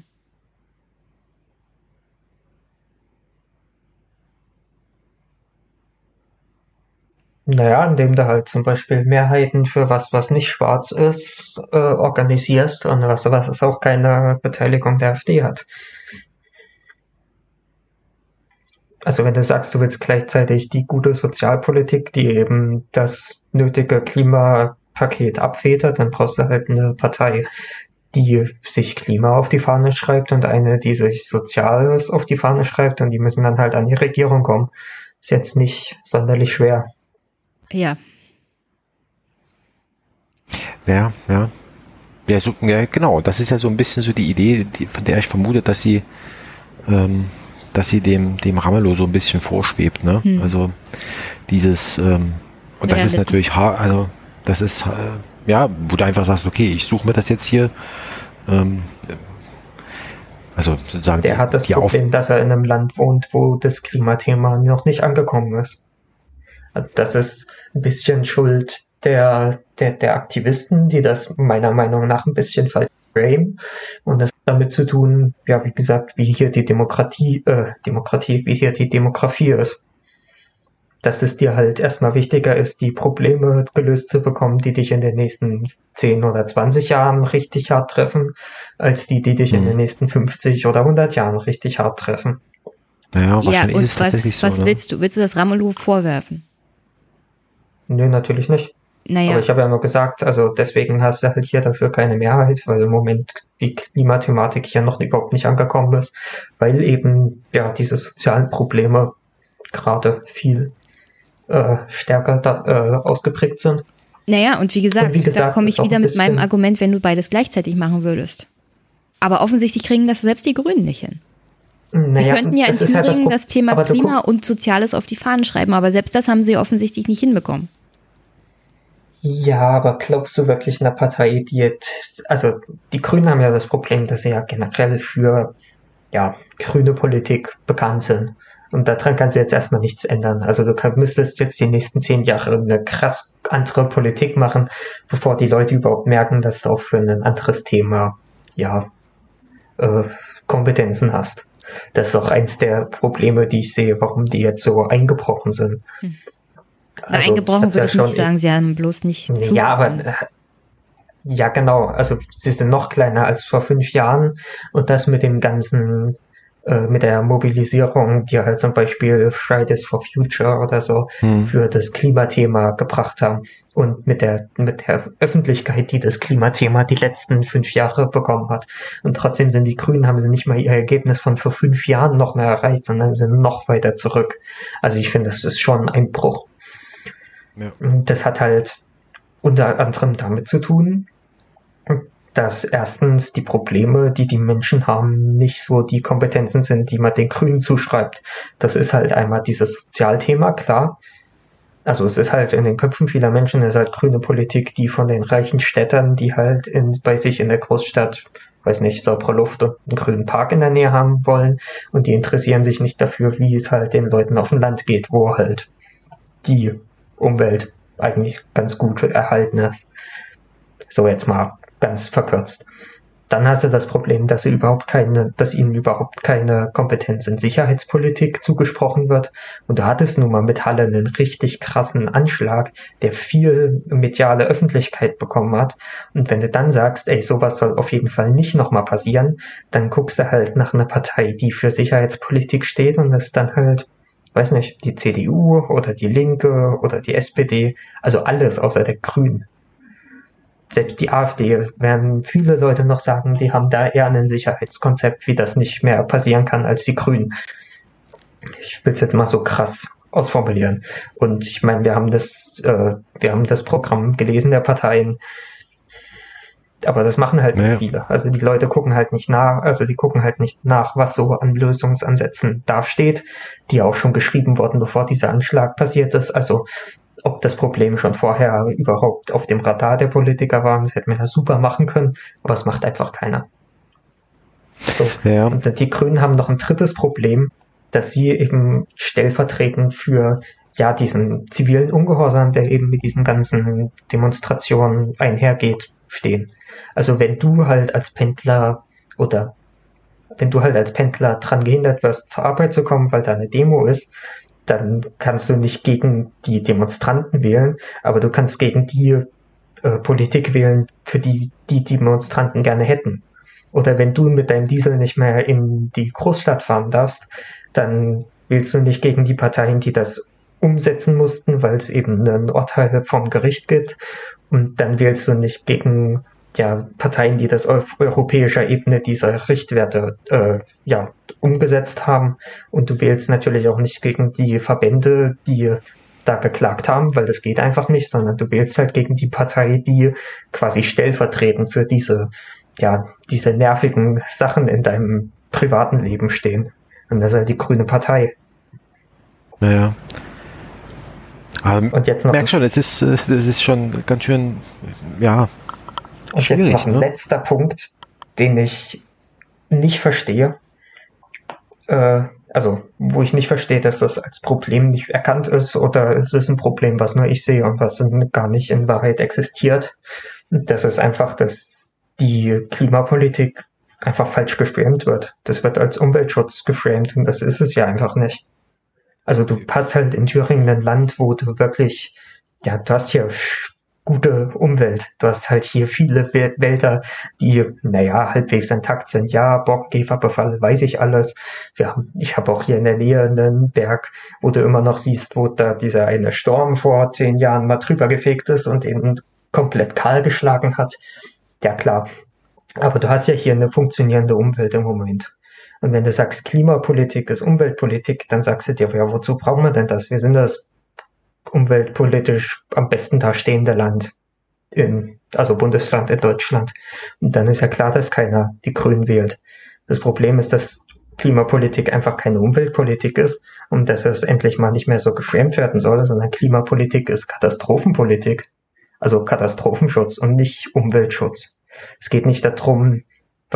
Naja, indem du halt zum Beispiel Mehrheiten für was nicht schwarz ist, organisierst und was auch keine Beteiligung der AfD hat. Also wenn du sagst, du willst gleichzeitig die gute Sozialpolitik, die eben das nötige Klimapaket abfedert, dann brauchst du halt eine Partei, die sich Klima auf die Fahne schreibt und eine, die sich Soziales auf die Fahne schreibt und die müssen dann halt an die Regierung kommen. Ist jetzt nicht sonderlich schwer. Ja. Ja, genau. Das ist ja so ein bisschen so die Idee, von der ich vermute, dass sie dem Ramelow so ein bisschen vorschwebt, ne? Also dieses und das ist natürlich also das ist wo du einfach sagst, okay, ich suche mir das jetzt hier. Also sozusagen. Der hat das Problem, dass er in einem Land wohnt, wo das Klimathema noch nicht angekommen ist. Das ist ein bisschen Schuld der Aktivisten, die das meiner Meinung nach ein bisschen falsch framen. Und das hat damit zu tun, ja, wie gesagt, wie hier die wie hier die Demografie ist. Dass es dir halt erstmal wichtiger ist, die Probleme gelöst zu bekommen, die dich in den nächsten 10 oder 20 Jahren richtig hart treffen, als die dich in den nächsten 50 oder 100 Jahren richtig hart treffen. Naja, wahrscheinlich ist es tatsächlich so. Was willst du? Willst du das Ramelow vorwerfen? Nö, natürlich nicht. Naja. Aber ich habe ja nur gesagt, also deswegen hast du halt hier dafür keine Mehrheit, weil im Moment die Klimathematik hier noch überhaupt nicht angekommen ist, weil eben ja diese sozialen Probleme gerade viel stärker ausgeprägt sind. Naja, und wie gesagt, da komme ich wieder mit meinem Argument, wenn du beides gleichzeitig machen würdest. Aber offensichtlich kriegen das selbst die Grünen nicht hin. Sie könnten ja in Thüringen das Thema Klima und Soziales auf die Fahnen schreiben, aber selbst das haben sie offensichtlich nicht hinbekommen. Ja, aber glaubst du wirklich einer Partei, also die Grünen haben ja das Problem, dass sie ja generell für grüne Politik bekannt sind. Und daran kannst du jetzt erstmal nichts ändern. Also du müsstest jetzt die nächsten 10 Jahre eine krass andere Politik machen, bevor die Leute überhaupt merken, dass du auch für ein anderes Thema Kompetenzen hast. Das ist auch eins der Probleme, die ich sehe, warum die jetzt so eingebrochen sind. Also, eingebrochen würde ich nicht sagen, sie haben bloß nicht zugehört. Ja, aber ja, genau. Also sie sind noch kleiner als vor 5 Jahren und das mit dem ganzen mit der Mobilisierung, die halt zum Beispiel Fridays for Future oder so für das Klimathema gebracht haben und mit der Öffentlichkeit, die das Klimathema die letzten 5 Jahre bekommen hat. Und trotzdem sind die Grünen, haben sie nicht mal ihr Ergebnis von vor 5 Jahren noch mehr erreicht, sondern sind noch weiter zurück. Also ich finde, das ist schon ein Bruch. Ja. Das hat halt unter anderem damit zu tun, dass erstens die Probleme, die die Menschen haben, nicht so die Kompetenzen sind, die man den Grünen zuschreibt. Das ist halt einmal dieses Sozialthema, klar. Also es ist halt in den Köpfen vieler Menschen, es ist halt grüne Politik, die von den reichen Städtern, die halt bei sich in der Großstadt weiß nicht, saubere Luft und einen grünen Park in der Nähe haben wollen und die interessieren sich nicht dafür, wie es halt den Leuten auf dem Land geht, wo halt die Umwelt eigentlich ganz gut erhalten ist. So jetzt mal ganz verkürzt. Dann hast du das Problem, dass ihnen überhaupt keine Kompetenz in Sicherheitspolitik zugesprochen wird. Und du hattest nun mal mit Halle einen richtig krassen Anschlag, der viel mediale Öffentlichkeit bekommen hat. Und wenn du dann sagst, ey, sowas soll auf jeden Fall nicht nochmal passieren, dann guckst du halt nach einer Partei, die für Sicherheitspolitik steht und das ist dann halt, weiß nicht, die CDU oder die Linke oder die SPD, also alles außer der Grünen. Selbst die AfD werden viele Leute noch sagen, die haben da eher ein Sicherheitskonzept, wie das nicht mehr passieren kann als die Grünen. Ich will es jetzt mal so krass ausformulieren. Und ich meine, wir haben das Programm gelesen der Parteien, aber das machen halt nicht viele. Also die Leute gucken halt nicht nach, was so an Lösungsansätzen dasteht, die auch schon geschrieben wurden, bevor dieser Anschlag passiert ist. Also ob das Problem schon vorher überhaupt auf dem Radar der Politiker war, das hätte man ja super machen können, aber es macht einfach keiner. So. Ja. Und die Grünen haben noch ein drittes Problem, dass sie eben stellvertretend für diesen zivilen Ungehorsam, der eben mit diesen ganzen Demonstrationen einhergeht, stehen. Also wenn du halt als Pendler dran gehindert wirst, zur Arbeit zu kommen, weil da eine Demo ist, dann kannst du nicht gegen die Demonstranten wählen, aber du kannst gegen die Politik wählen, für die Demonstranten gerne hätten. Oder wenn du mit deinem Diesel nicht mehr in die Großstadt fahren darfst, dann wählst du nicht gegen die Parteien, die das umsetzen mussten, weil es eben ein Urteil vom Gericht gibt. Und dann wählst du nicht gegen Parteien, die das auf europäischer Ebene diese Richtwerte umgesetzt haben. Und du wählst natürlich auch nicht gegen die Verbände, die da geklagt haben, weil das geht einfach nicht, sondern du wählst halt gegen die Partei, die quasi stellvertretend für diese nervigen Sachen in deinem privaten Leben stehen. Und das ist halt die Grüne Partei. Naja. Und jetzt noch merk schon, das ist schon ganz schön, und jetzt noch ein letzter Punkt, den ich nicht verstehe. Wo ich nicht verstehe, dass das als Problem nicht erkannt ist oder es ist ein Problem, was nur ich sehe und was gar nicht in Wahrheit existiert. Das ist einfach, dass die Klimapolitik einfach falsch geframed wird. Das wird als Umweltschutz geframed und das ist es ja einfach nicht. Also du hast halt in Thüringen ein Land, wo du wirklich, du hast hier gute Umwelt. Du hast halt hier viele Wälder, die, halbwegs intakt sind. Ja, Borkenkäferbefall, weiß ich alles. Ich habe auch hier in der Nähe einen Berg, wo du immer noch siehst, wo da dieser eine Sturm vor 10 Jahren mal drüber gefegt ist und ihn komplett kahl geschlagen hat. Ja, klar. Aber du hast ja hier eine funktionierende Umwelt im Moment. Und wenn du sagst, Klimapolitik ist Umweltpolitik, dann sagst du dir, wozu brauchen wir denn das? Wir sind das umweltpolitisch am besten dastehende Land, Bundesland in Deutschland. Und dann ist ja klar, dass keiner die Grünen wählt. Das Problem ist, dass Klimapolitik einfach keine Umweltpolitik ist und dass es endlich mal nicht mehr so geframed werden soll, sondern Klimapolitik ist Katastrophenpolitik. Also Katastrophenschutz und nicht Umweltschutz. Es geht nicht darum,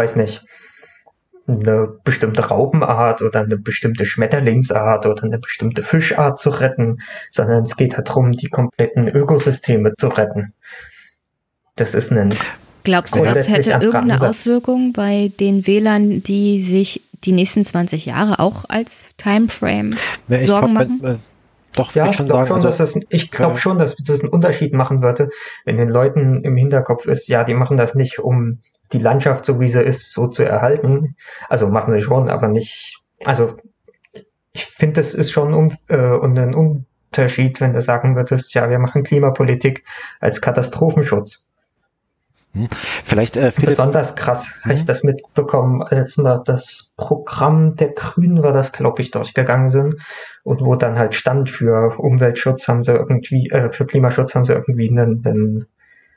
eine bestimmte Raupenart oder eine bestimmte Schmetterlingsart oder eine bestimmte Fischart zu retten, sondern es geht darum, die kompletten Ökosysteme zu retten. Das ist ein... Glaubst du, das hätte irgendeine Auswirkung bei den Wählern, die sich die nächsten 20 Jahre auch als Timeframe Sorgen machen? Ich glaube schon, dass das einen Unterschied machen würde, wenn den Leuten im Hinterkopf ist, die machen das nicht, um die Landschaft, so wie sie ist, so zu erhalten. Also machen sie schon, aber nicht, ich finde, das ist schon ein Unterschied, wenn du sagen würdest, wir machen Klimapolitik als Katastrophenschutz. Vielleicht besonders krass habe ich das mitbekommen, als wir das Programm der Grünen war das, glaube ich, durchgegangen sind und wo dann halt stand, für Umweltschutz haben sie irgendwie, für Klimaschutz haben sie irgendwie einen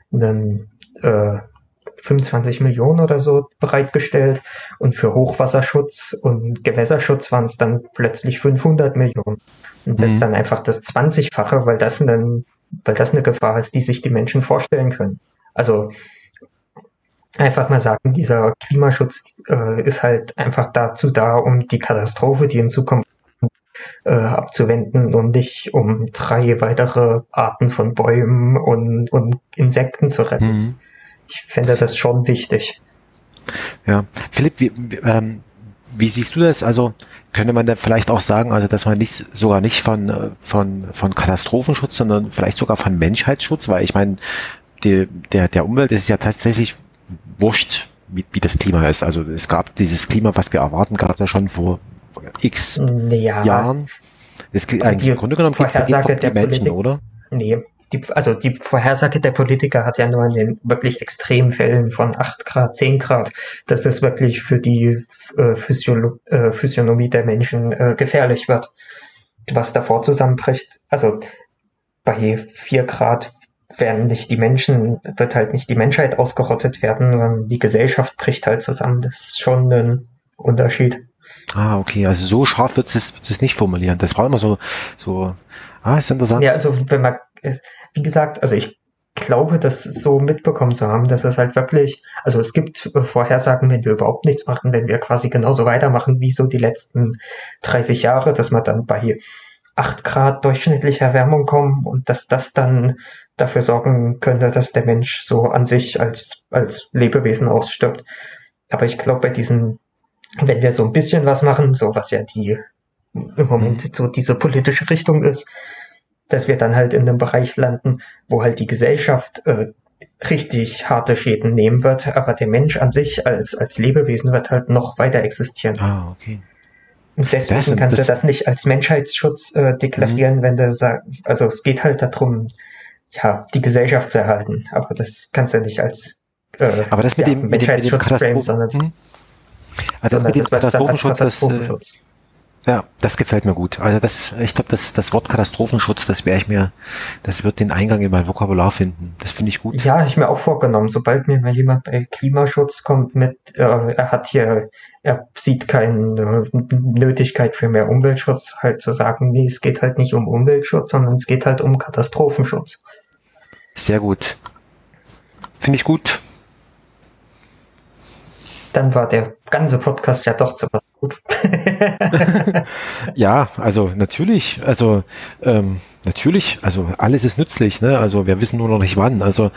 25 Millionen oder so bereitgestellt und für Hochwasserschutz und Gewässerschutz waren es dann plötzlich 500 Millionen. Und das ist dann einfach das 20-fache, weil das eine Gefahr ist, die sich die Menschen vorstellen können. Also einfach mal sagen, dieser Klimaschutz ist halt einfach dazu da, um die Katastrophe, die in Zukunft abzuwenden und nicht um 3 weitere Arten von Bäumen und Insekten zu retten. Ich fände das schon wichtig. Ja, Philipp, wie siehst du das? Also könnte man da vielleicht auch sagen, also dass man sogar nicht von Katastrophenschutz, sondern vielleicht sogar von Menschheitsschutz, weil ich meine, der Umwelt ist es ja tatsächlich wurscht, wie das Klima ist. Also es gab dieses Klima, was wir erwarten, gab es ja schon vor x Jahren. Es geht eigentlich im Grunde genommen geht's die Menschen, oder? Nee, die Vorhersage der Politiker hat ja nur in den wirklich extremen Fällen von 8 Grad, 10 Grad, dass es wirklich für die Physiognomie der Menschen gefährlich wird. Was davor zusammenbricht, also bei 4 Grad wird halt nicht die Menschheit ausgerottet werden, sondern die Gesellschaft bricht halt zusammen. Das ist schon ein Unterschied. Ah, okay, also so scharf wird es nicht formulieren. Das war immer so, ist interessant. Ja, also wenn man, wie gesagt, also ich glaube, das so mitbekommen zu haben, dass es halt wirklich, also es gibt Vorhersagen, wenn wir überhaupt nichts machen, wenn wir quasi genauso weitermachen wie so die letzten 30 Jahre, dass man dann bei 8 Grad durchschnittlicher Erwärmung kommen und dass das dann dafür sorgen könnte, dass der Mensch so an sich als Lebewesen ausstirbt. Aber ich glaube, wenn wir so ein bisschen was machen, so was ja im Moment so diese politische Richtung ist, dass wir dann halt in einem Bereich landen, wo halt die Gesellschaft richtig harte Schäden nehmen wird, aber der Mensch an sich als Lebewesen wird halt noch weiter existieren. Ah, okay. Und deswegen kannst du das nicht als Menschheitsschutz deklarieren, wenn du sagst, also es geht halt darum, ja, die Gesellschaft zu erhalten, aber das kannst du nicht als aber das mit dem Menschheitsschutz sondern also das mit dem Katastrophenschutz, das gefällt mir gut. Also ich glaube, das Wort Katastrophenschutz, das wird den Eingang in mein Vokabular finden. Das finde ich gut. Ja, habe ich mir auch vorgenommen. Sobald mir mal jemand bei Klimaschutz kommt er sieht keine Nötigkeit für mehr Umweltschutz, halt zu sagen, nee, es geht halt nicht um Umweltschutz, sondern es geht halt um Katastrophenschutz. Sehr gut. Finde ich gut. Dann war der ganze Podcast ja doch zu was gut. Ja, also natürlich, also alles ist nützlich, ne? Also wir wissen nur noch nicht wann. Also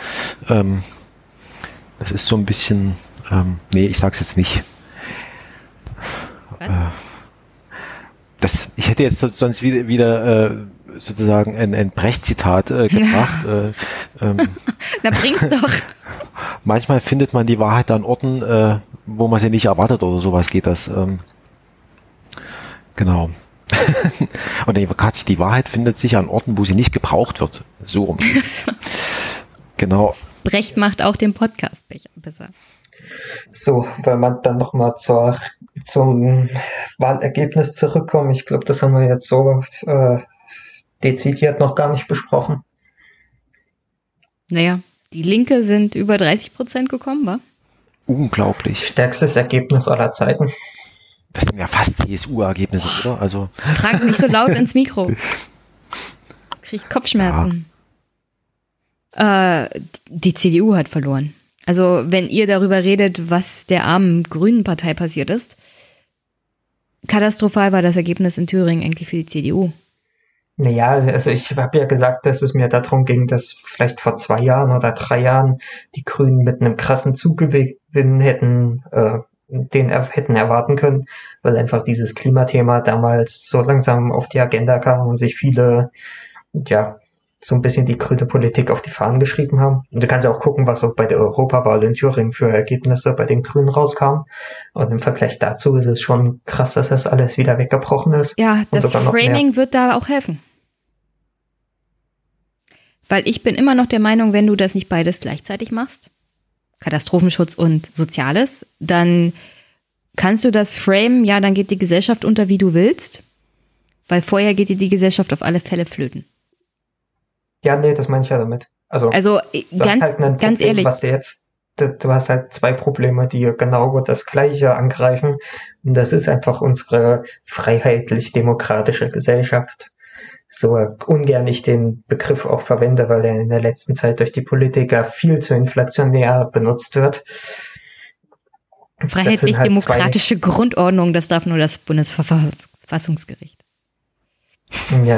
das ist so ein bisschen, nee, ich sag's jetzt nicht. Ich hätte jetzt sonst wieder sozusagen ein Brecht-Zitat gebracht. Na, bring's doch. Manchmal findet man die Wahrheit an Orten, wo man sie nicht erwartet oder sowas geht das. Genau. Und die Wahrheit findet sich an Orten, wo sie nicht gebraucht wird. So rum. Genau. Brecht macht auch den Podcast besser. So, weil man dann nochmal zum Wahlergebnis zurückkommen. Ich glaube, das haben wir jetzt so dezidiert noch gar nicht besprochen. Naja, die Linke sind über 30% gekommen, wa? Unglaublich. Stärkstes Ergebnis aller Zeiten. Das sind ja fast CSU-Ergebnisse, oder? Also. Frank, nicht so laut ins Mikro. Krieg ich Kopfschmerzen. Ja. Die CDU hat verloren. Also, wenn ihr darüber redet, was der armen Grünen Partei passiert ist, katastrophal war das Ergebnis in Thüringen eigentlich für die CDU. Naja, also ich habe ja gesagt, dass es mir darum ging, dass vielleicht vor 2 Jahren oder 3 Jahren die Grünen mit einem krassen Zugewinn hätten erwarten können, weil einfach dieses Klimathema damals so langsam auf die Agenda kam und sich viele, so ein bisschen die grüne Politik auf die Fahnen geschrieben haben. Und du kannst ja auch gucken, was auch bei der Europawahl in Thüringen für Ergebnisse bei den Grünen rauskam. Und im Vergleich dazu ist es schon krass, dass das alles wieder weggebrochen ist. Ja, das Framing wird da auch helfen. Weil ich bin immer noch der Meinung, wenn du das nicht beides gleichzeitig machst, Katastrophenschutz und Soziales, dann kannst du das framen, ja, dann geht die Gesellschaft unter, wie du willst, weil vorher geht dir die Gesellschaft auf alle Fälle flöten. Ja, nee, das meine ich ja damit. Also ganz ehrlich. Du hast halt 2 Probleme, die genau das Gleiche angreifen. Und das ist einfach unsere freiheitlich-demokratische Gesellschaft. So ungern ich den Begriff auch verwende, weil er in der letzten Zeit durch die Politiker viel zu inflationär benutzt wird. Freiheitlich-demokratische Grundordnung, das darf nur das Bundesverfassungsgericht. Ja.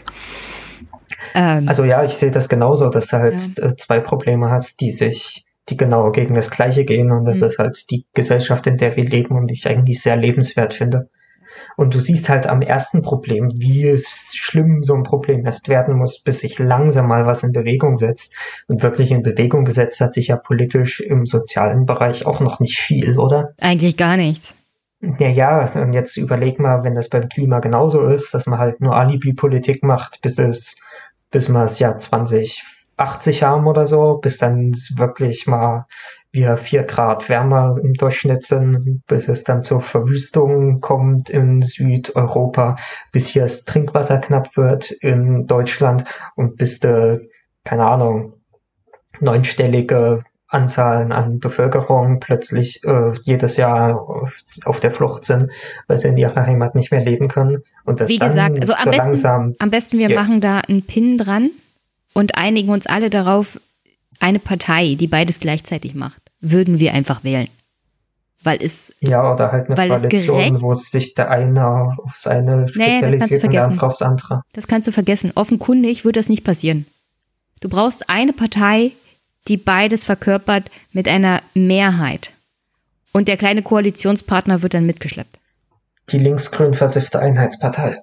Also ja, ich sehe das genauso, dass du halt zwei Probleme hast, die genau gegen das Gleiche gehen, und das ist halt die Gesellschaft, in der wir leben, und ich eigentlich sehr lebenswert finde. Und du siehst halt am ersten Problem, wie schlimm so ein Problem erst werden muss, bis sich langsam mal was in Bewegung setzt. Und wirklich in Bewegung gesetzt hat sich ja politisch im sozialen Bereich auch noch nicht viel, oder? Eigentlich gar nichts. Ja, und jetzt überleg mal, wenn das beim Klima genauso ist, dass man halt nur Alibi-Politik macht, bis wir das Jahr 2080 haben oder so, bis dann wirklich mal wir 4 Grad wärmer im Durchschnitt sind, bis es dann zur Verwüstung kommt in Südeuropa, bis hier das Trinkwasser knapp wird in Deutschland und bis keine Ahnung, 9-stellige Anzahlen an Bevölkerung plötzlich jedes Jahr auf der Flucht sind, weil sie in ihrer Heimat nicht mehr leben können. Und das wie gesagt, also am besten wir machen da einen Pin dran und einigen uns alle darauf, eine Partei, die beides gleichzeitig macht, würden wir einfach wählen. Weil es oder halt eine Koalition, wo sich der eine aufs eine spezialisiert und der andere aufs andere. Das kannst du vergessen. Offenkundig wird das nicht passieren. Du brauchst eine Partei, die beides verkörpert mit einer Mehrheit. Und der kleine Koalitionspartner wird dann mitgeschleppt. Die linksgrün versiffte Einheitspartei.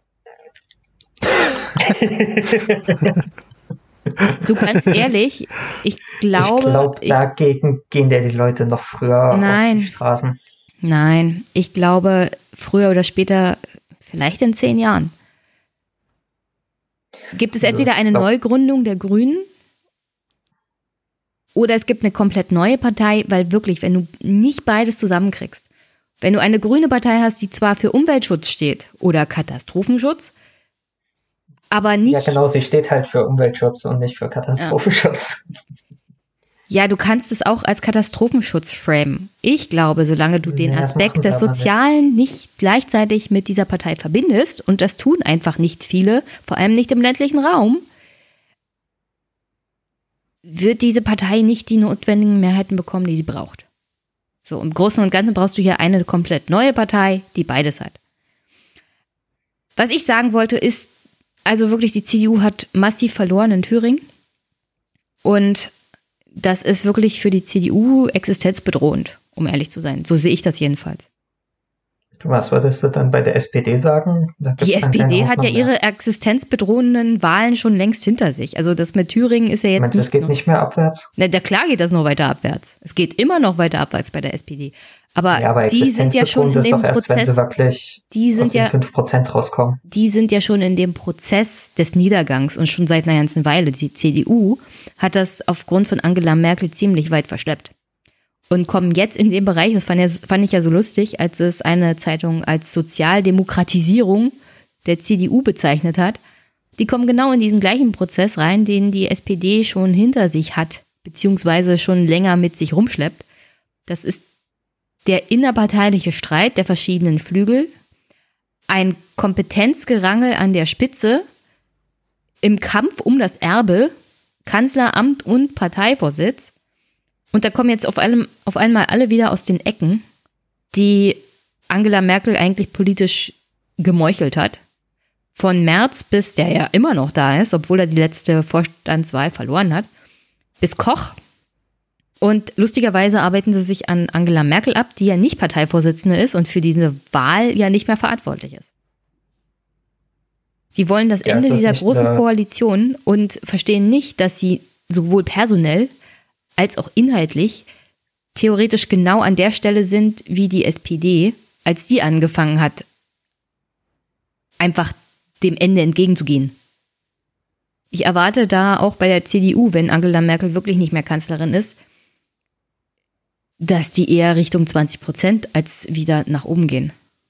Du, ganz ehrlich, ich glaube, dagegen gehen die Leute noch früher auf die Straßen. Nein, ich glaube, früher oder später, vielleicht in 10 Jahren, gibt es entweder eine Neugründung der Grünen oder es gibt eine komplett neue Partei, weil wirklich, wenn du nicht beides zusammenkriegst, wenn du eine grüne Partei hast, die zwar für Umweltschutz steht oder Katastrophenschutz, aber nicht... Ja, genau, sie steht halt für Umweltschutz und nicht für Katastrophenschutz. Ja, du kannst es auch als Katastrophenschutz framen. Ich glaube, solange du den Aspekt des Sozialen nicht gleichzeitig mit dieser Partei verbindest, und das tun einfach nicht viele, vor allem nicht im ländlichen Raum, wird diese Partei nicht die notwendigen Mehrheiten bekommen, die sie braucht. So, im Großen und Ganzen brauchst du hier eine komplett neue Partei, die beides hat. Was ich sagen wollte, ist, also wirklich, die CDU hat massiv verloren in Thüringen. Und das ist wirklich für die CDU existenzbedrohend, um ehrlich zu sein. So sehe ich das jedenfalls. Was würdest du dann bei der SPD sagen? Die SPD hat ja ihre existenzbedrohenden Wahlen schon längst hinter sich. Also das mit Thüringen ist ja jetzt nicht. Es geht nicht mehr abwärts? Na, klar geht das noch weiter abwärts. Es geht immer noch weiter abwärts bei der SPD. Aber die sind ja schon in dem Prozess. Die sind ja 5% rauskommen. Die sind ja schon in dem Prozess des Niedergangs und schon seit einer ganzen Weile. Die CDU hat das aufgrund von Angela Merkel ziemlich weit verschleppt. Und kommen jetzt in den Bereich, das fand ich ja so lustig, als es eine Zeitung als Sozialdemokratisierung der CDU bezeichnet hat. Die kommen genau in diesen gleichen Prozess rein, den die SPD schon hinter sich hat, beziehungsweise schon länger mit sich rumschleppt. Das ist der innerparteiliche Streit der verschiedenen Flügel, ein Kompetenzgerangel an der Spitze im Kampf um das Erbe, Kanzleramt und Parteivorsitz. Und da kommen jetzt auf einmal alle wieder aus den Ecken, die Angela Merkel eigentlich politisch gemeuchelt hat. Von Merz bis, der ja immer noch da ist, obwohl er die letzte Vorstandswahl verloren hat, bis Koch. Und lustigerweise arbeiten sie sich an Angela Merkel ab, die ja nicht Parteivorsitzende ist und für diese Wahl ja nicht mehr verantwortlich ist. Die wollen das Ende dieser großen Koalition und verstehen nicht, dass sie sowohl personell als auch inhaltlich theoretisch genau an der Stelle sind wie die SPD, als die angefangen hat, einfach dem Ende entgegenzugehen. Ich erwarte da auch bei der CDU, wenn Angela Merkel wirklich nicht mehr Kanzlerin ist, dass die eher Richtung 20% als wieder nach oben gehen.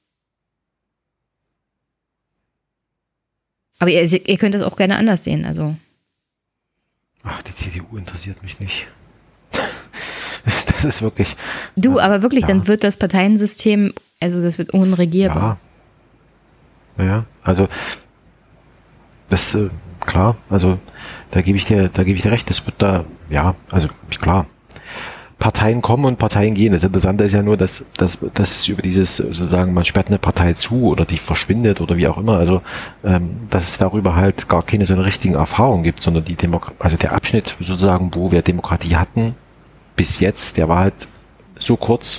Aber ihr könnt das auch gerne anders sehen. Also. Ach, die CDU interessiert mich nicht. Das ist wirklich... aber wirklich, dann wird das Parteiensystem, also das wird unregierbar. Ja, also das, klar, also da gebe ich dir recht, das wird da, ja, also klar. Parteien kommen und Parteien gehen. Das Interessante ist ja nur, dass es über dieses, sozusagen, man sperrt eine Partei zu oder die verschwindet oder wie auch immer, also dass es darüber halt gar keine so eine richtige Erfahrung gibt, sondern also der Abschnitt sozusagen, wo wir Demokratie hatten, bis jetzt, der war halt so kurz,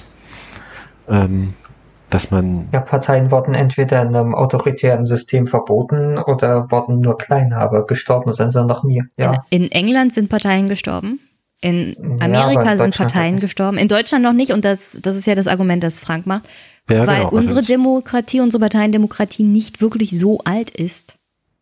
dass man... Ja, Parteien wurden entweder in einem autoritären System verboten oder wurden nur kleiner, aber gestorben sind sie noch nie. Ja. In England sind Parteien gestorben. In Amerika sind Parteien gestorben. In Deutschland noch nicht. Und das ist ja das Argument, das Frank macht. Ja, weil genau, unsere Demokratie, unsere Parteiendemokratie nicht wirklich so alt ist.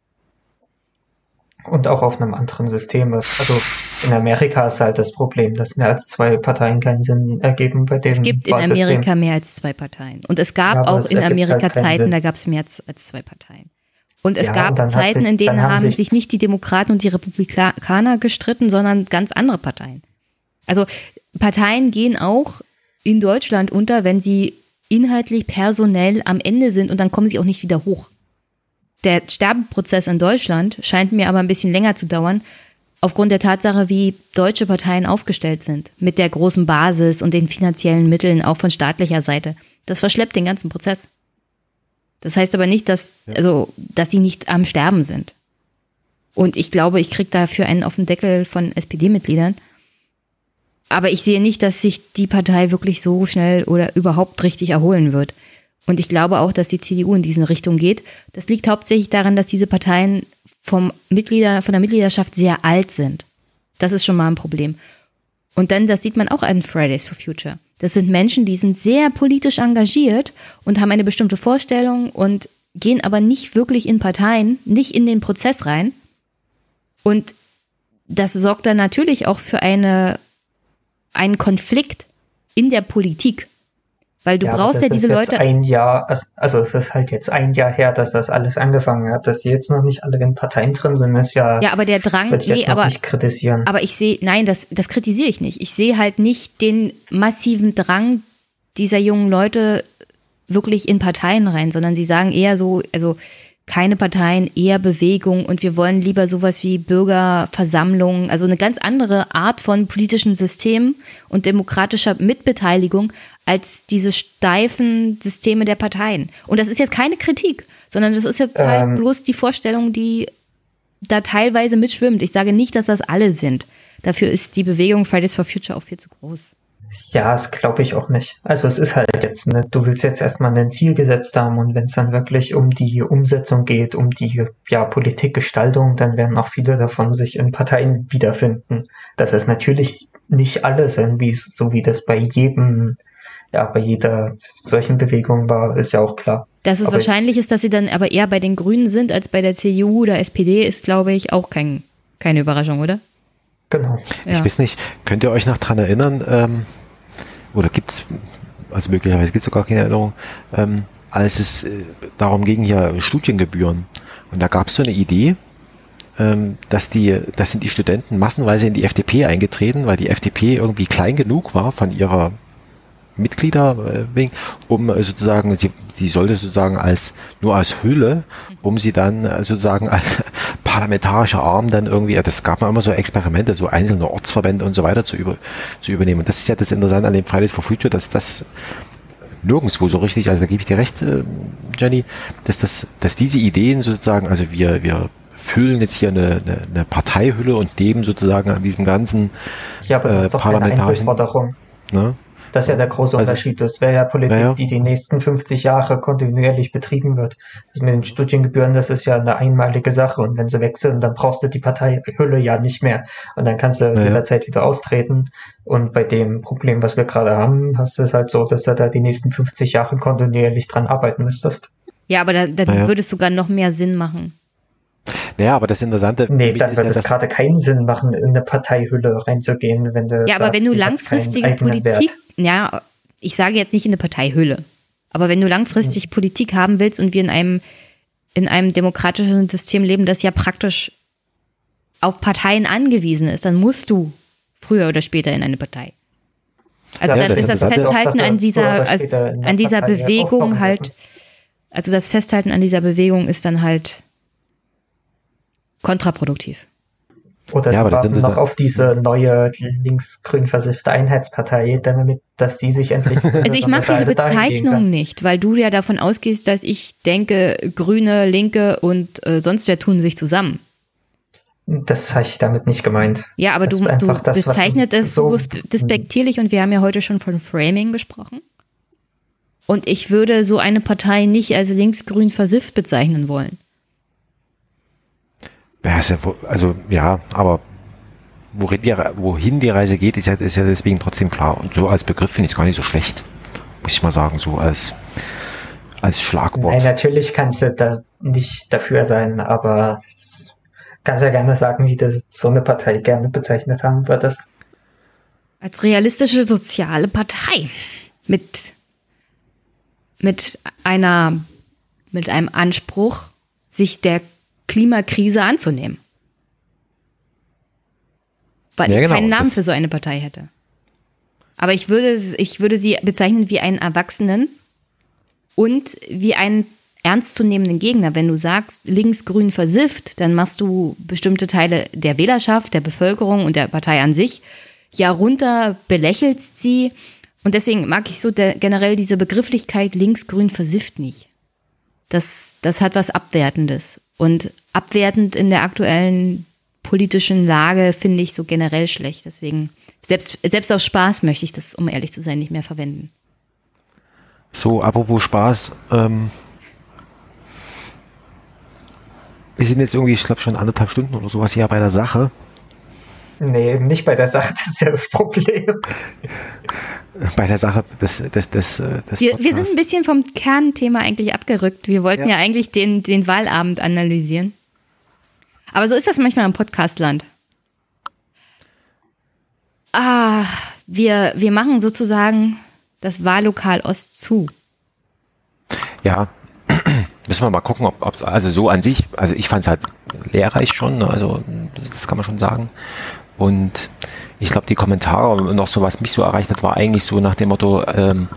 Und auch auf einem anderen System ist. Also in Amerika ist halt das Problem, dass mehr als 2 Parteien keinen Sinn ergeben bei dem Es gibt in Amerika mehr als 2 Parteien. Und es gab auch in Amerika halt Zeiten, da gab es mehr als 2 Parteien. Und es gab Zeiten, in denen haben sich nicht die Demokraten und die Republikaner gestritten, sondern ganz andere Parteien. Also Parteien gehen auch in Deutschland unter, wenn sie inhaltlich, personell am Ende sind und dann kommen sie auch nicht wieder hoch. Der Sterbeprozess in Deutschland scheint mir aber ein bisschen länger zu dauern, aufgrund der Tatsache, wie deutsche Parteien aufgestellt sind, mit der großen Basis und den finanziellen Mitteln, auch von staatlicher Seite. Das verschleppt den ganzen Prozess. Das heißt aber nicht, dass sie nicht am Sterben sind. Und ich glaube, ich kriege dafür einen auf den Deckel von SPD-Mitgliedern. Aber ich sehe nicht, dass sich die Partei wirklich so schnell oder überhaupt richtig erholen wird. Und ich glaube auch, dass die CDU in diese Richtung geht. Das liegt hauptsächlich daran, dass diese Parteien von der Mitgliedschaft sehr alt sind. Das ist schon mal ein Problem. Und dann, das sieht man auch an Fridays for Future. Das sind Menschen, die sind sehr politisch engagiert und haben eine bestimmte Vorstellung und gehen aber nicht wirklich in Parteien, nicht in den Prozess rein. Und das sorgt dann natürlich auch für einen Konflikt in der Politik. Weil du brauchst ja diese Leute. Also es ist halt jetzt 1 Jahr her, dass das alles angefangen hat, dass die jetzt noch nicht alle in Parteien drin sind, ist ja. Ja, aber der Drang, nicht kritisieren. Aber ich sehe, nein, das kritisiere ich nicht. Ich sehe halt nicht den massiven Drang dieser jungen Leute wirklich in Parteien rein, sondern sie sagen eher so, also keine Parteien, eher Bewegung und wir wollen lieber sowas wie Bürgerversammlungen, also eine ganz andere Art von politischem System und demokratischer Mitbeteiligung als diese steifen Systeme der Parteien. Und das ist jetzt keine Kritik, sondern das ist jetzt halt bloß die Vorstellung, die da teilweise mitschwimmt. Ich sage nicht, dass das alle sind. Dafür ist die Bewegung Fridays for Future auch viel zu groß. Ja, das glaube ich auch nicht. Also es ist halt jetzt, ne, du willst jetzt erstmal ein Ziel gesetzt haben und wenn es dann wirklich um die Umsetzung geht, um die Politikgestaltung, dann werden auch viele davon sich in Parteien wiederfinden. Dass es natürlich nicht alle sind, so wie das bei jeder solchen Bewegung war, ist ja auch klar. Dass es wahrscheinlich ist, dass sie dann aber eher bei den Grünen sind als bei der CDU oder SPD, ist, glaube ich, auch keine Überraschung, oder? Genau. Ja. Ich weiß nicht, könnt ihr euch noch dran erinnern, oder gibt's, also möglicherweise gibt's sogar keine Erinnerung, als es darum ging, ja Studiengebühren. Und da gab's so eine Idee, das sind die Studenten massenweise in die FDP eingetreten, weil die FDP irgendwie klein genug war von ihrer Mitglieder wegen, um sozusagen, sie sollte sozusagen nur als Hülle, um sie dann sozusagen als parlamentarischer Arm dann irgendwie, das gab immer so Experimente, so einzelne Ortsverbände und so weiter zu übernehmen. Und das ist ja das Interessante an dem Fridays for Future, dass das nirgendwo so richtig, also da gebe ich dir recht, Jenny, dass diese Ideen sozusagen, also wir füllen jetzt hier eine Parteihülle und dem sozusagen an diesem ganzen parlamentarischen, ne? Das ist ja der große Unterschied. Das wäre ja Politik, die nächsten 50 Jahre kontinuierlich betrieben wird. Das mit den Studiengebühren, das ist ja eine einmalige Sache. Und wenn sie weg sind, dann brauchst du die Parteihülle ja nicht mehr. Und dann kannst du jederzeit wieder austreten. Und bei dem Problem, was wir gerade haben, hast du es halt so, dass du da die nächsten 50 Jahre kontinuierlich dran arbeiten müsstest. Ja, aber dann würde es sogar noch mehr Sinn machen. Naja, aber das Interessante... Nee, dann wird es gerade keinen Sinn machen, in eine Parteihülle reinzugehen, wenn du... Ja, aber wenn du langfristige Politik... Ja, ich sage jetzt nicht in eine Parteihülle, aber wenn du langfristig Politik haben willst und wir in einem demokratischen System leben, das ja praktisch auf Parteien angewiesen ist, dann musst du früher oder später in eine Partei. Also dann ist das Festhalten an dieser Bewegung halt... Also das Festhalten an dieser Bewegung ist dann halt kontraproduktiv. Oder sie warten noch auf diese neue linksgrün versiffte Einheitspartei, damit, dass die sich endlich... Also ich mag diese Bezeichnung nicht, weil du ja davon ausgehst, dass ich denke, Grüne, Linke und sonst wer tun sich zusammen. Das habe ich damit nicht gemeint. Ja, aber du bezeichnet es so despektierlich und wir haben ja heute schon von Framing gesprochen. Und ich würde so eine Partei nicht als linksgrün versifft bezeichnen wollen. Also ja, aber wohin die Reise geht, ist ja deswegen trotzdem klar. Und so als Begriff finde ich es gar nicht so schlecht, muss ich mal sagen, so als Schlagwort. Nein, natürlich kannst du da nicht dafür sein, aber kannst ja gerne sagen, wie du so eine Partei gerne bezeichnet haben würdest. Als realistische soziale Partei mit einem Anspruch, sich der Klimakrise anzunehmen. Weil ich keinen Namen für so eine Partei hätte. Aber ich würde sie bezeichnen wie einen Erwachsenen und wie einen ernstzunehmenden Gegner. Wenn du sagst, linksgrün versifft, dann machst du bestimmte Teile der Wählerschaft, der Bevölkerung und der Partei an sich ja runter, belächelst sie. Und deswegen mag ich so generell diese Begrifflichkeit linksgrün versifft nicht. Das hat was Abwertendes. Und abwertend in der aktuellen politischen Lage finde ich so generell schlecht. Deswegen, selbst aus Spaß möchte ich das, um ehrlich zu sein, nicht mehr verwenden. So, apropos Spaß, wir sind jetzt irgendwie, ich glaube, schon 1,5 Stunden oder sowas hier bei der Sache. Nee, nicht bei der Sache, das ist ja das Problem. Bei der Sache des wir sind ein bisschen vom Kernthema eigentlich abgerückt. Wir wollten ja eigentlich den Wahlabend analysieren. Aber so ist das manchmal im Podcastland. Wir machen sozusagen das Wahllokal Ost zu. Ja, müssen wir mal gucken, ob also so an sich, also ich fand es halt lehrreich schon, ne? Also das kann man schon sagen. Und ich glaube, die Kommentare noch so, was mich so erreicht hat, war eigentlich so nach dem Motto,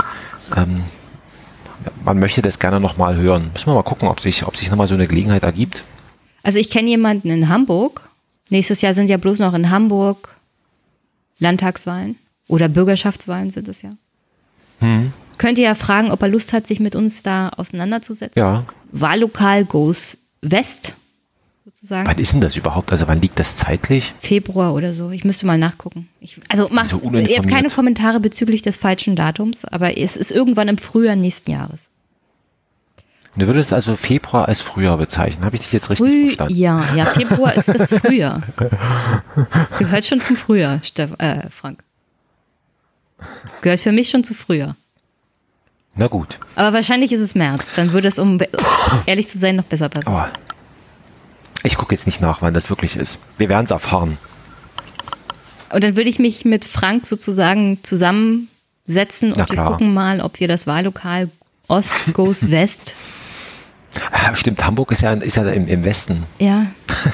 man möchte das gerne nochmal hören. Müssen wir mal gucken, ob sich nochmal so eine Gelegenheit ergibt. Also ich kenne jemanden in Hamburg. Nächstes Jahr sind ja bloß noch in Hamburg Landtagswahlen oder Bürgerschaftswahlen sind es ja. Könnt ihr ja fragen, ob er Lust hat, sich mit uns da auseinanderzusetzen. Ja. Wahllokal goes West. Sozusagen. Wann ist denn das überhaupt? Also wann liegt das zeitlich? Februar oder so. Ich müsste mal nachgucken. Macht so jetzt keine Kommentare bezüglich des falschen Datums, aber es ist irgendwann im Frühjahr nächsten Jahres. Du würdest also Februar als Frühjahr bezeichnen. Habe ich dich jetzt richtig verstanden? Ja, Februar ist das Frühjahr. Gehört schon zum Frühjahr, Frank. Gehört für mich schon zu Frühjahr. Na gut. Aber wahrscheinlich ist es März. Dann würde es, um ehrlich zu sein, noch besser passen. Oh. Ich gucke jetzt nicht nach, wann das wirklich ist. Wir werden es erfahren. Und dann würde ich mich mit Frank sozusagen zusammensetzen und wir gucken mal, ob wir das Wahllokal Ost goes West. Stimmt, Hamburg ist ja im Westen. Ja.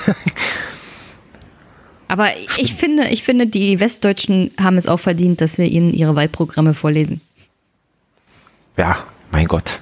Aber ich finde, die Westdeutschen haben es auch verdient, dass wir ihnen ihre Wahlprogramme vorlesen. Ja, mein Gott.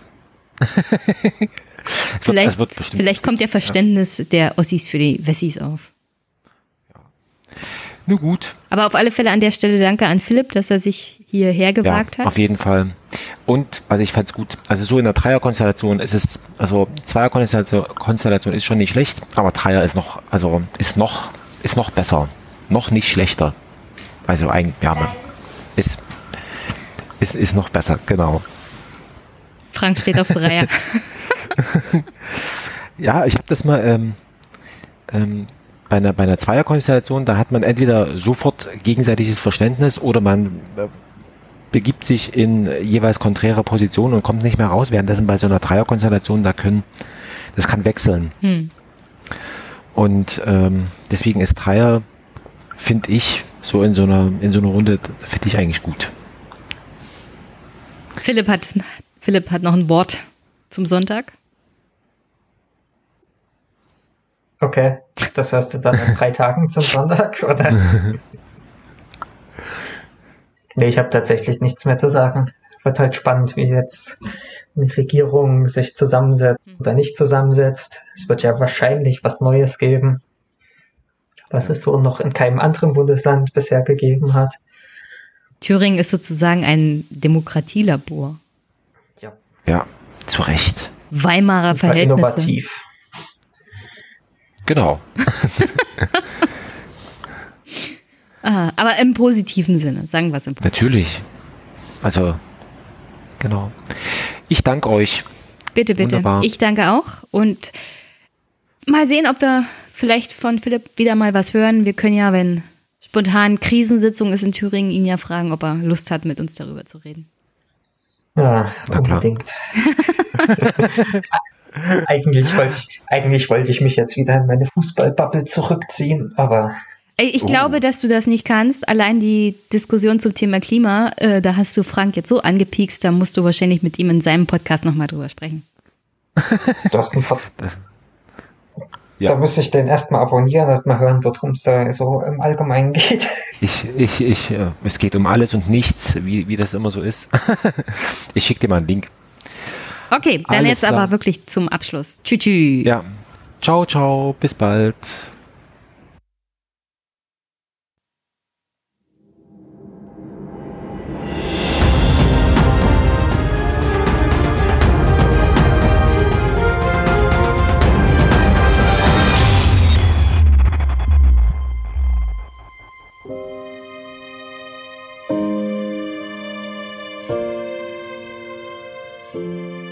Vielleicht kommt ja Verständnis der Ossis für die Wessis auf. Ja. Nur gut. Aber auf alle Fälle an der Stelle danke an Philipp, dass er sich hierher gewagt hat. Auf jeden Fall. Und, also ich fand es gut, also so in der Dreierkonstellation ist es, also Zweierkonstellation ist schon nicht schlecht, aber Dreier ist noch besser. Noch nicht schlechter. Also eigentlich, ist noch besser, genau. Frank steht auf Dreier. Ja, ich habe das mal bei einer Zweierkonstellation, da hat man entweder sofort gegenseitiges Verständnis oder man begibt sich in jeweils konträre Positionen und kommt nicht mehr raus, währenddessen bei so einer Dreierkonstellation, das kann wechseln. Und deswegen ist Dreier, finde ich, so in so einer Runde, finde ich eigentlich gut. Philipp hat noch ein Wort zum Sonntag. Okay, das hörst du dann in 3 Tagen zum Sonntag, oder? Nee, ich habe tatsächlich nichts mehr zu sagen. Wird halt spannend, wie jetzt eine Regierung sich zusammensetzt oder nicht zusammensetzt. Es wird ja wahrscheinlich was Neues geben. was es so noch in keinem anderen Bundesland bisher gegeben hat. Thüringen ist sozusagen ein Demokratielabor. Ja, zu Recht. Weimarer Super Verhältnisse. innovativ. Genau. Aber im positiven Sinne, sagen wir es im positiven. Natürlich. Also, genau. Ich danke euch. Bitte, bitte. Wunderbar. Ich danke auch. Und mal sehen, ob wir vielleicht von Philipp wieder mal was hören. Wir können ja, wenn spontan Krisensitzung ist in Thüringen, ihn ja fragen, ob er Lust hat, mit uns darüber zu reden. Ja, unbedingt. Eigentlich wollte ich mich jetzt wieder in meine Fußballbubble zurückziehen, aber... Ich glaube, dass du das nicht kannst. Allein die Diskussion zum Thema Klima, da hast du Frank jetzt so angepiekst, da musst du wahrscheinlich mit ihm in seinem Podcast nochmal drüber sprechen. Da müsste ich den erstmal abonnieren und mal hören, worum es da so im Allgemeinen geht. Es geht um alles und nichts, wie das immer so ist. Ich schicke dir mal einen Link. Okay, dann Alles jetzt klar. aber wirklich zum Abschluss. Tschüss. Ja. Ciao, ciao. Bis bald. Thank you.